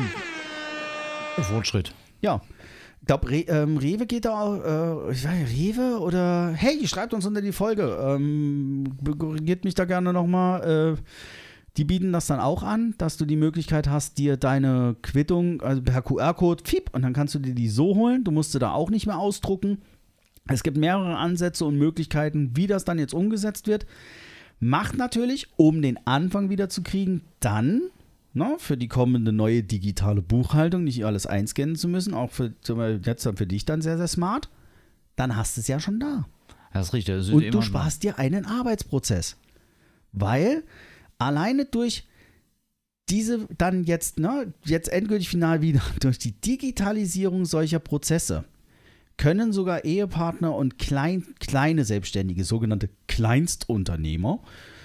Fortschritt. Ja. Ich glaube, Rewe geht da auch, Rewe oder, hey, schreibt uns unter die Folge, korrigiert mich da gerne nochmal, die bieten das dann auch an, dass du die Möglichkeit hast, dir deine Quittung, also per QR-Code, und dann kannst du dir die so holen, du musst sie da auch nicht mehr ausdrucken. Es gibt mehrere Ansätze und Möglichkeiten, wie das dann jetzt umgesetzt wird. Macht natürlich, um den Anfang wieder zu kriegen, dann für die kommende neue digitale Buchhaltung, nicht alles einscannen zu müssen, auch jetzt für dich dann sehr, sehr smart, dann hast du es ja schon da. Das ist richtig. Das ist Und du sparst dir einen Arbeitsprozess. Weil alleine durch diese dann jetzt endgültig final wieder, durch die Digitalisierung solcher Prozesse können sogar Ehepartner und kleine Selbstständige, sogenannte Kleinstunternehmer,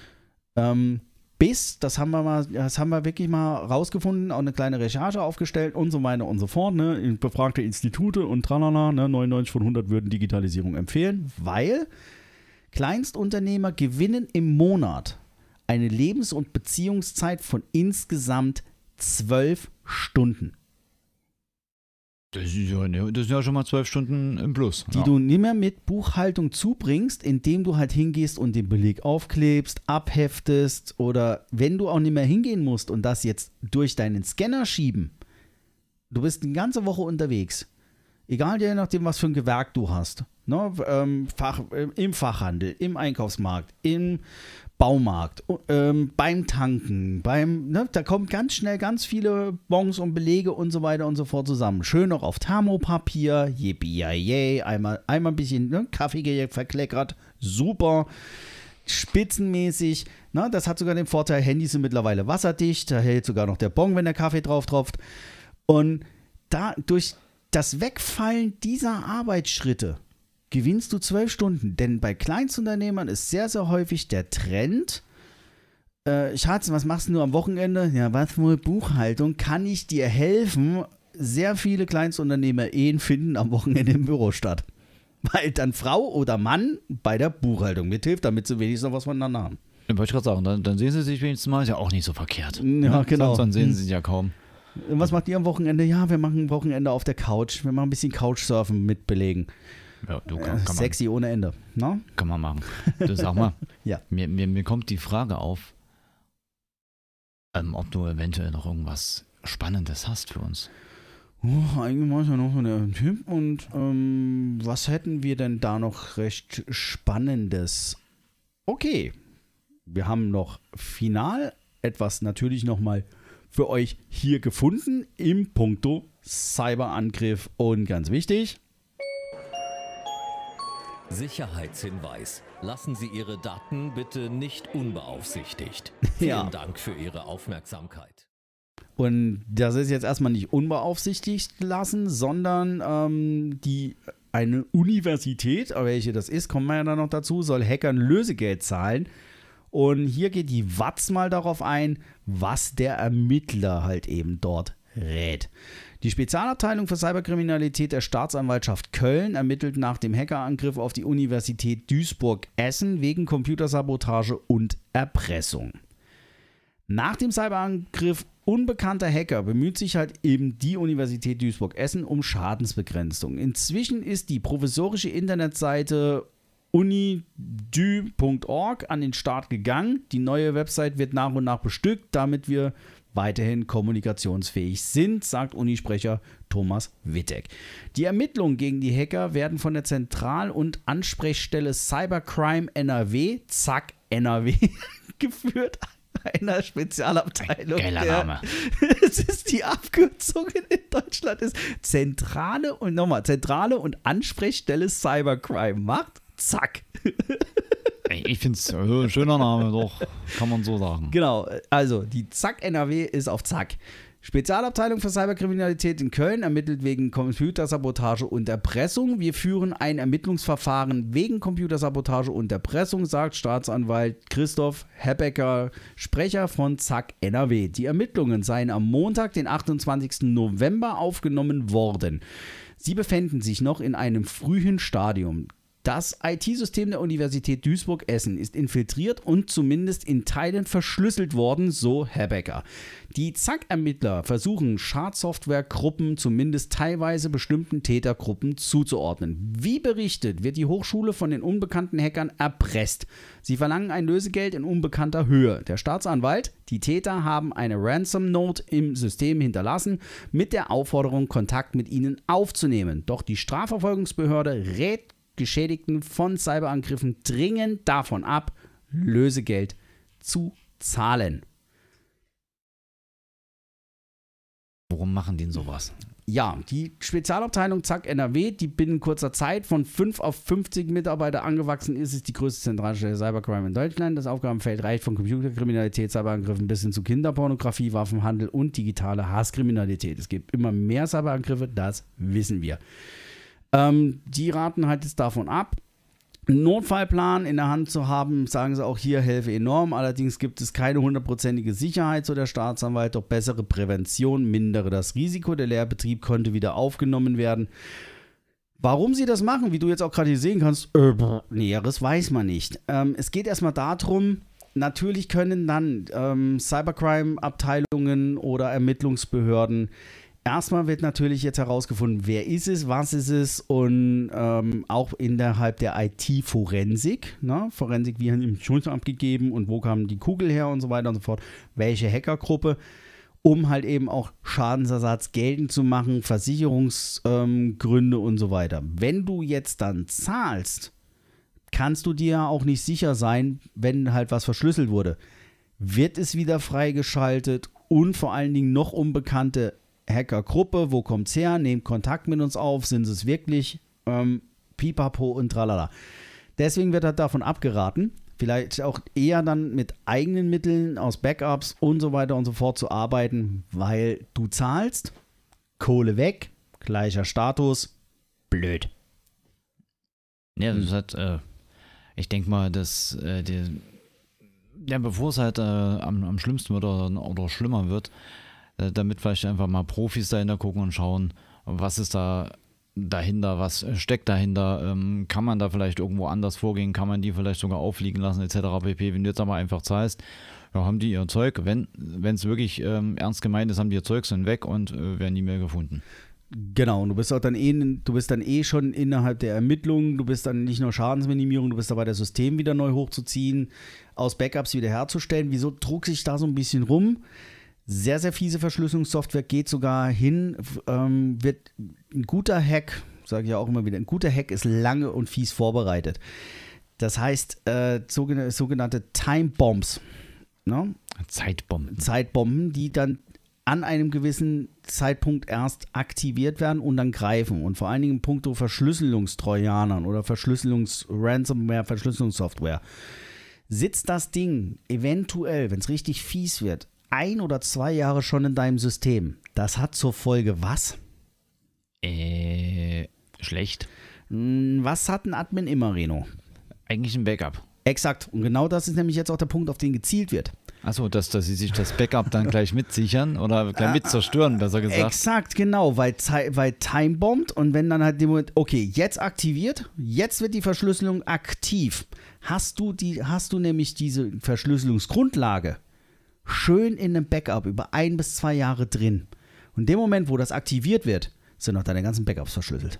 das haben wir wirklich mal rausgefunden, auch eine kleine Recherche aufgestellt und so weiter und so fort, befragte Institute und tralala, 99 von 100 würden Digitalisierung empfehlen, weil Kleinstunternehmer gewinnen im Monat eine Lebens- und Beziehungszeit von insgesamt 12 Stunden. Das sind ja schon mal 12 Stunden im Plus. Die du nicht mehr mit Buchhaltung zubringst, indem du halt hingehst und den Beleg aufklebst, abheftest oder wenn du auch nicht mehr hingehen musst und das jetzt durch deinen Scanner schieben, du bist eine ganze Woche unterwegs. Egal, je nachdem, was für ein Gewerk du hast. Im Fachhandel, im Einkaufsmarkt, im Baumarkt, beim Tanken, da kommen ganz schnell ganz viele Bons und Belege und so weiter und so fort zusammen. Schön noch auf Thermopapier, yippie einmal ein bisschen Kaffee verkleckert, super, spitzenmäßig. Das hat sogar den Vorteil, Handys sind mittlerweile wasserdicht, da hält sogar noch der Bon, wenn der Kaffee drauf tropft. Und durch das Wegfallen dieser Arbeitsschritte gewinnst du 12 Stunden, denn bei Kleinstunternehmern ist sehr, sehr häufig der Trend, Schatz, was machst du am Wochenende? Ja, was wohl Buchhaltung? Kann ich dir helfen? Sehr viele Kleinstunternehmer-Ehen finden am Wochenende im Büro statt, weil dann Frau oder Mann bei der Buchhaltung mithilft, damit sie wenigstens noch was voneinander haben. Ja, wollte ich gerade sagen, dann sehen sie sich wenigstens mal, ist ja auch nicht so verkehrt. Ja, genau. Sonst sehen sie sich ja kaum. Was macht ihr am Wochenende? Ja, wir machen ein Wochenende auf der Couch. Wir machen ein bisschen Couchsurfen mit Belegen. Ja, kann sexy ohne Ende. No? Kann man machen. Du sag mal, ja. mir kommt die Frage auf, ob du eventuell noch irgendwas Spannendes hast für uns. Eigentlich war es ja noch so der Typ. Und was hätten wir denn da noch recht Spannendes? Okay, wir haben noch final etwas natürlich nochmal für euch hier gefunden im Punkto Cyberangriff. Und ganz wichtig: Sicherheitshinweis. Lassen Sie Ihre Daten bitte nicht unbeaufsichtigt. Ja. Vielen Dank für Ihre Aufmerksamkeit. Und das ist jetzt erstmal nicht unbeaufsichtigt lassen, sondern eine Universität, welche das ist, kommen wir ja dann noch dazu, soll Hackern Lösegeld zahlen. Und hier geht die Watz mal darauf ein, was der Ermittler halt eben dort rät. Die Spezialabteilung für Cyberkriminalität der Staatsanwaltschaft Köln ermittelt nach dem Hackerangriff auf die Universität Duisburg-Essen wegen Computersabotage und Erpressung. Nach dem Cyberangriff unbekannter Hacker bemüht sich halt eben die Universität Duisburg-Essen um Schadensbegrenzung. Inzwischen ist die provisorische Internetseite unidü.org an den Start gegangen. Die neue Website wird nach und nach bestückt, damit wir weiterhin kommunikationsfähig sind, sagt Unisprecher Thomas Wittek. Die Ermittlungen gegen die Hacker werden von der Zentral- und Ansprechstelle Cybercrime NRW, ZAK NRW, geführt, einer Spezialabteilung. Geiler Name. Es ist die Abkürzung in Deutschland, ist Zentrale und Ansprechstelle Cybercrime macht, ZAK. Ich finde es ein schöner Name, doch, kann man so sagen. Genau, also die ZAK NRW ist auf ZAK. Spezialabteilung für Cyberkriminalität in Köln ermittelt wegen Computersabotage und Erpressung. Wir führen ein Ermittlungsverfahren wegen Computersabotage und Erpressung, sagt Staatsanwalt Christoph Hebecker, Sprecher von ZAK NRW. Die Ermittlungen seien am Montag, den 28. November, aufgenommen worden. Sie befänden sich noch in einem frühen Stadium. Das IT-System der Universität Duisburg-Essen ist infiltriert und zumindest in Teilen verschlüsselt worden, so Hebecker. Die ZAK-Ermittler versuchen, Schadsoftware-Gruppen zumindest teilweise bestimmten Tätergruppen zuzuordnen. Wie berichtet, wird die Hochschule von den unbekannten Hackern erpresst. Sie verlangen ein Lösegeld in unbekannter Höhe. Der Staatsanwalt: Die Täter haben eine Ransom-Note im System hinterlassen, mit der Aufforderung, Kontakt mit ihnen aufzunehmen. Doch die Strafverfolgungsbehörde rät Geschädigten von Cyberangriffen dringend davon ab, Lösegeld zu zahlen. Warum machen die denn sowas? Ja, die Spezialabteilung Zack NRW, die binnen kurzer Zeit von 5 auf 50 Mitarbeiter angewachsen ist die größte Zentralstelle Cybercrime in Deutschland. Das Aufgabenfeld reicht von Computerkriminalität, Cyberangriffen bis hin zu Kinderpornografie, Waffenhandel und digitale Hasskriminalität. Es gibt immer mehr Cyberangriffe, das wissen wir. Die raten halt jetzt davon ab, einen Notfallplan in der Hand zu haben, sagen sie auch hier, helfe enorm. Allerdings gibt es keine 100%ige Sicherheit, so der Staatsanwalt, doch bessere Prävention mindere das Risiko. Der Lehrbetrieb konnte wieder aufgenommen werden. Warum sie das machen, wie du jetzt auch gerade hier sehen kannst, Näheres weiß man nicht. Es geht erstmal darum, natürlich können dann Cybercrime-Abteilungen oder Ermittlungsbehörden erstmal wird natürlich jetzt herausgefunden, wer ist es, was ist es und auch innerhalb der IT-Forensik, ne? Forensik, wie haben die Schuld abgegeben und wo kam die Kugel her und so weiter und so fort, welche Hackergruppe, um halt eben auch Schadensersatz geltend zu machen, Versicherungsgründe und so weiter. Wenn du jetzt dann zahlst, kannst du dir auch nicht sicher sein, wenn halt was verschlüsselt wurde. Wird es wieder freigeschaltet und vor allen Dingen noch unbekannte Hackergruppe, wo kommt's her, nehmt Kontakt mit uns auf, sind es wirklich, pipapo und tralala. Deswegen wird halt davon abgeraten, vielleicht auch eher dann mit eigenen Mitteln aus Backups und so weiter und so fort zu arbeiten, weil du zahlst, Kohle weg, gleicher Status, blöd. Ja, das hat, ich denke mal, dass bevor es halt am schlimmsten wird oder schlimmer wird, damit vielleicht einfach mal Profis dahinter gucken und schauen, was ist da dahinter, was steckt dahinter, kann man da vielleicht irgendwo anders vorgehen, kann man die vielleicht sogar auffliegen lassen etc. pp. Wenn du jetzt aber einfach zahlst, ja, haben die ihr Zeug, wenn es wirklich ernst gemeint ist, haben die ihr Zeug, sind weg und werden nie mehr gefunden. Genau, und du bist dann schon innerhalb der Ermittlungen, du bist dann nicht nur Schadensminimierung, du bist dabei, das System wieder neu hochzuziehen, aus Backups wieder herzustellen. Wieso trug sich da so ein bisschen rum? Sehr, sehr fiese Verschlüsselungssoftware geht sogar hin, wird ein guter Hack, sage ich ja auch immer wieder, ein guter Hack ist lange und fies vorbereitet. Das heißt, sogenannte Time Bombs, ne? Zeitbomben, die dann an einem gewissen Zeitpunkt erst aktiviert werden und dann greifen. Und vor allen Dingen in puncto Verschlüsselungstrojanern oder Verschlüsselungs-Ransomware, Verschlüsselungssoftware. Sitzt das Ding eventuell, wenn es richtig fies wird, 1 oder 2 Jahre schon in deinem System. Das hat zur Folge was? Schlecht. Was hat ein Admin immer, Reno? Eigentlich ein Backup. Exakt. Und genau das ist nämlich jetzt auch der Punkt, auf den gezielt wird. Achso, dass sie sich das Backup dann gleich mitsichern oder gleich mit zerstören, besser gesagt. Exakt, genau, weil timebombt und wenn dann halt dem Moment, okay, jetzt aktiviert, jetzt wird die Verschlüsselung aktiv. Hast du nämlich diese Verschlüsselungsgrundlage schön in einem Backup über 1 bis 2 Jahre drin. Und in dem Moment, wo das aktiviert wird, sind auch deine ganzen Backups verschlüsselt.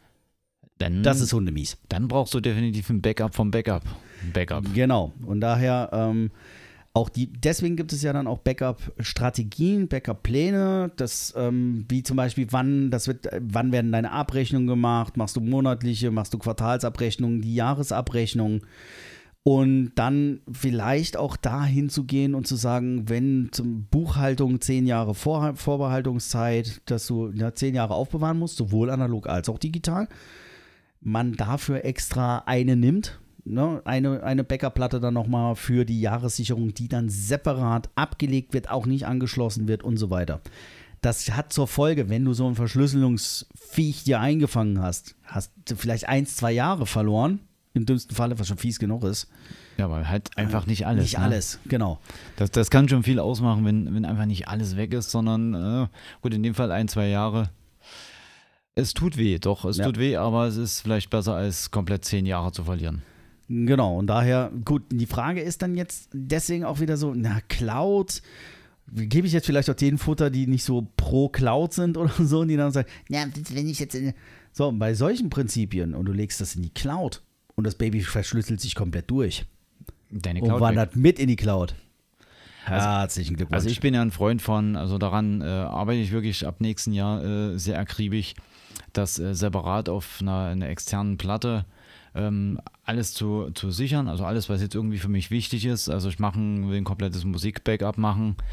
Das ist hundemies. Dann brauchst du definitiv ein Backup vom Backup. Genau. Und daher deswegen gibt es ja dann auch Backup-Strategien, Backup-Pläne, wie zum Beispiel, wann werden deine Abrechnungen gemacht, machst du monatliche, machst du Quartalsabrechnungen, die Jahresabrechnung. Und dann vielleicht auch dahin zu gehen und zu sagen, wenn zum Buchhaltung 10 Jahre Vorbehaltungszeit, dass du 10 Jahre aufbewahren musst, sowohl analog als auch digital, man dafür extra eine nimmt, ne, eine Backup-Platte dann nochmal für die Jahressicherung, die dann separat abgelegt wird, auch nicht angeschlossen wird und so weiter. Das hat zur Folge, wenn du so ein Verschlüsselungsviech dir eingefangen hast du vielleicht 1, 2 Jahre verloren. Im dümmsten Falle, was schon fies genug ist. Ja, aber halt einfach nicht alles. Nicht alles, genau. Das kann schon viel ausmachen, wenn einfach nicht alles weg ist, sondern gut, in dem Fall 1, 2 Jahre. Es tut weh, tut weh, aber es ist vielleicht besser, als komplett 10 Jahre zu verlieren. Genau, und daher, gut, die Frage ist dann jetzt deswegen auch wieder so, Cloud, gebe ich jetzt vielleicht auch denen Futter, die nicht so pro Cloud sind oder so, und die dann sagen, ja, wenn ich jetzt so, bei solchen Prinzipien und du legst das in die Cloud, und das Baby verschlüsselt sich komplett durch. Deine Cloud und wandert mit in die Cloud. Herzlichen Glückwunsch. Also ich bin ja ein Freund von, also daran arbeite ich wirklich ab nächsten Jahr sehr akribisch, das separat auf einer externen Platte alles zu sichern. Also alles, was jetzt irgendwie für mich wichtig ist. Also ich will ein komplettes Musik-Backup machen.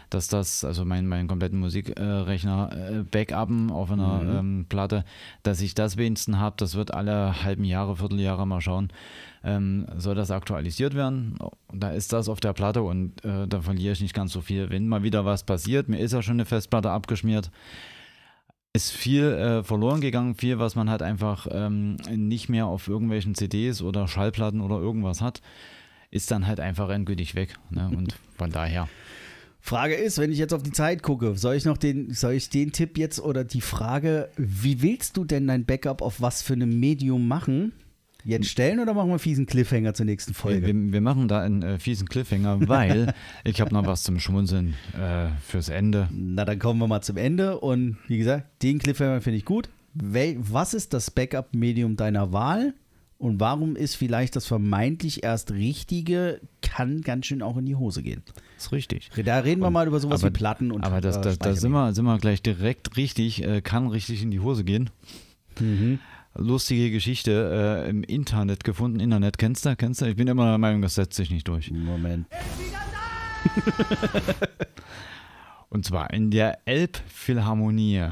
dass das, also meinen kompletten Musikrechner backuppen auf einer Platte, dass ich das wenigstens habe. Das wird alle halben Jahre, Vierteljahre mal schauen. Soll das aktualisiert werden? Da ist das auf der Platte und da verliere ich nicht ganz so viel. Wenn mal wieder was passiert, mir ist ja schon eine Festplatte abgeschmiert, ist viel verloren gegangen, viel, was man halt einfach nicht mehr auf irgendwelchen CDs oder Schallplatten oder irgendwas hat, ist dann halt einfach endgültig weg. Ne? Und von daher. Frage ist, wenn ich jetzt auf die Zeit gucke, soll ich den Tipp jetzt oder die Frage, wie willst du denn dein Backup auf was für einem Medium machen? Jetzt stellen oder machen wir einen fiesen Cliffhanger zur nächsten Folge? Wir machen da einen fiesen Cliffhanger, weil ich habe noch was zum Schmunzeln fürs Ende. Na, dann kommen wir mal zum Ende und wie gesagt, den Cliffhanger finde ich gut. Was ist das Backup-Medium deiner Wahl und warum ist vielleicht das vermeintlich erst Richtige, kann ganz schön auch in die Hose gehen? Das ist richtig. Da reden wir mal über sowas wie Platten und aber da sind wir gleich direkt richtig, kann richtig in die Hose gehen. Lustige Geschichte im Internet gefunden. Internet, kennst du? Ich bin immer der Meinung, das setzt sich nicht durch. Moment. Und zwar in der Elbphilharmonie.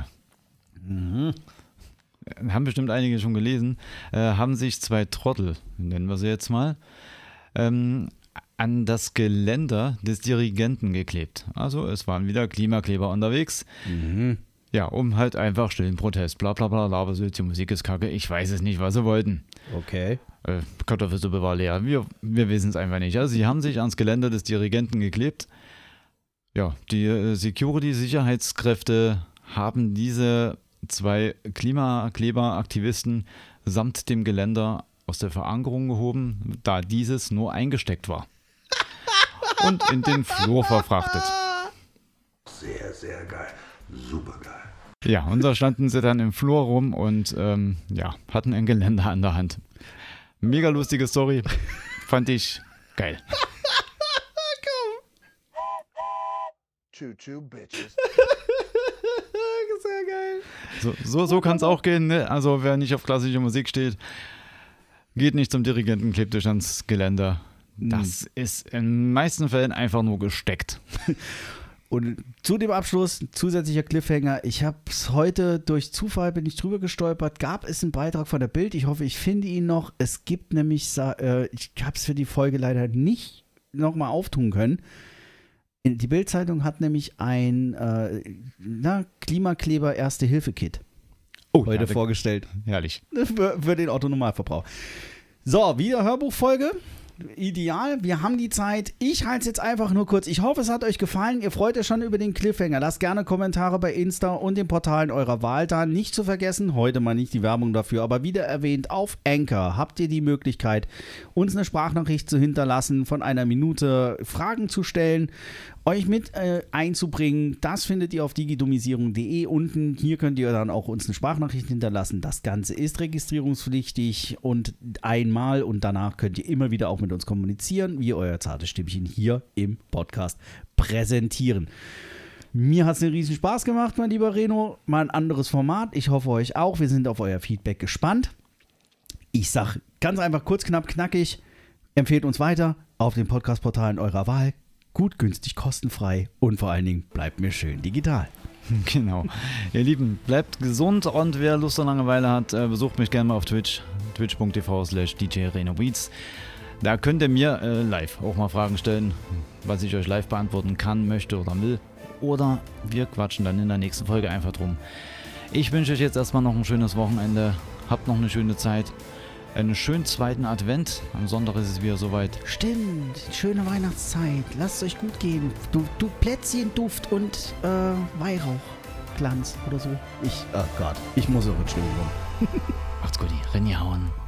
Haben bestimmt einige schon gelesen. Haben sich 2 Trottel, nennen wir sie jetzt mal, an das Geländer des Dirigenten geklebt. Also es waren wieder Klimakleber unterwegs. Ja, um halt einfach stillen Protest, bla bla bla, Labersülz, die Musik ist kacke, ich weiß es nicht, was sie wollten. Okay. Kartoffelsuppe war leer, wir wissen es einfach nicht. Also sie haben sich ans Geländer des Dirigenten geklebt. Ja, die Security-Sicherheitskräfte haben diese 2 Klimakleber-Aktivisten samt dem Geländer aus der Verankerung gehoben, da dieses nur eingesteckt war. Und in den Flur verfrachtet. Sehr, sehr geil. Super geil. Ja, und da standen sie dann im Flur rum und hatten ein Geländer an der Hand. Mega lustige Story. Fand ich geil. Choo-choo, bitches. Sehr geil. So kann es auch gehen. Ne? Also wer nicht auf klassische Musik steht, geht nicht zum Dirigenten, klebt euch ans Geländer. Das ist in den meisten Fällen einfach nur gesteckt. Und zu dem Abschluss, zusätzlicher Cliffhanger, ich habe es heute durch Zufall, bin ich drüber gestolpert, gab es einen Beitrag von der Bild, ich hoffe, ich finde ihn noch, es gibt nämlich, ich habe es für die Folge leider nicht nochmal auftun können, die Bild-Zeitung hat nämlich ein Klimakleber Erste-Hilfe-Kit heute vorgestellt. Herrlich. Für den Otto-Normalverbrauch. So, wieder Hörbuchfolge. Ideal, wir haben die Zeit. Ich halte es jetzt einfach nur kurz. Ich hoffe, es hat euch gefallen. Ihr freut euch schon über den Cliffhanger. Lasst gerne Kommentare bei Insta und den Portalen eurer Wahl da. Nicht zu vergessen, heute mal nicht die Werbung dafür, aber wieder erwähnt, auf Anchor habt ihr die Möglichkeit, uns eine Sprachnachricht zu hinterlassen, von einer Minute Fragen zu stellen, euch mit einzubringen. Das findet ihr auf digidomisierung.de unten. Hier könnt ihr dann auch uns eine Sprachnachricht hinterlassen. Das Ganze ist registrierungspflichtig und einmal und danach könnt ihr immer wieder auch mit uns kommunizieren, wie euer zartes Stimmchen hier im Podcast präsentieren. Mir hat es einen riesen Spaß gemacht, mein lieber Reno. Mal ein anderes Format. Ich hoffe euch auch. Wir sind auf euer Feedback gespannt. Ich sage ganz einfach kurz, knapp, knackig. Empfehlt uns weiter auf den Podcast-Portalen eurer Wahl. Gut, günstig, kostenfrei und vor allen Dingen bleibt mir schön digital. Genau. Ihr Lieben, bleibt gesund und wer Lust und Langeweile hat, besucht mich gerne mal auf Twitch, twitch.tv/DJRenoBeats. Da könnt ihr mir live auch mal Fragen stellen, was ich euch live beantworten kann, möchte oder will. Oder wir quatschen dann in der nächsten Folge einfach drum. Ich wünsche euch jetzt erstmal noch ein schönes Wochenende. Habt noch eine schöne Zeit. Einen schönen 2. Advent. Am Sonntag ist es wieder soweit. Stimmt, schöne Weihnachtszeit. Lasst es euch gut gehen. Du Plätzchenduft und Weihrauchglanz oder so. Oh Gott, ich muss auch in Stimmung kommen. Macht's gut, Renny hauen.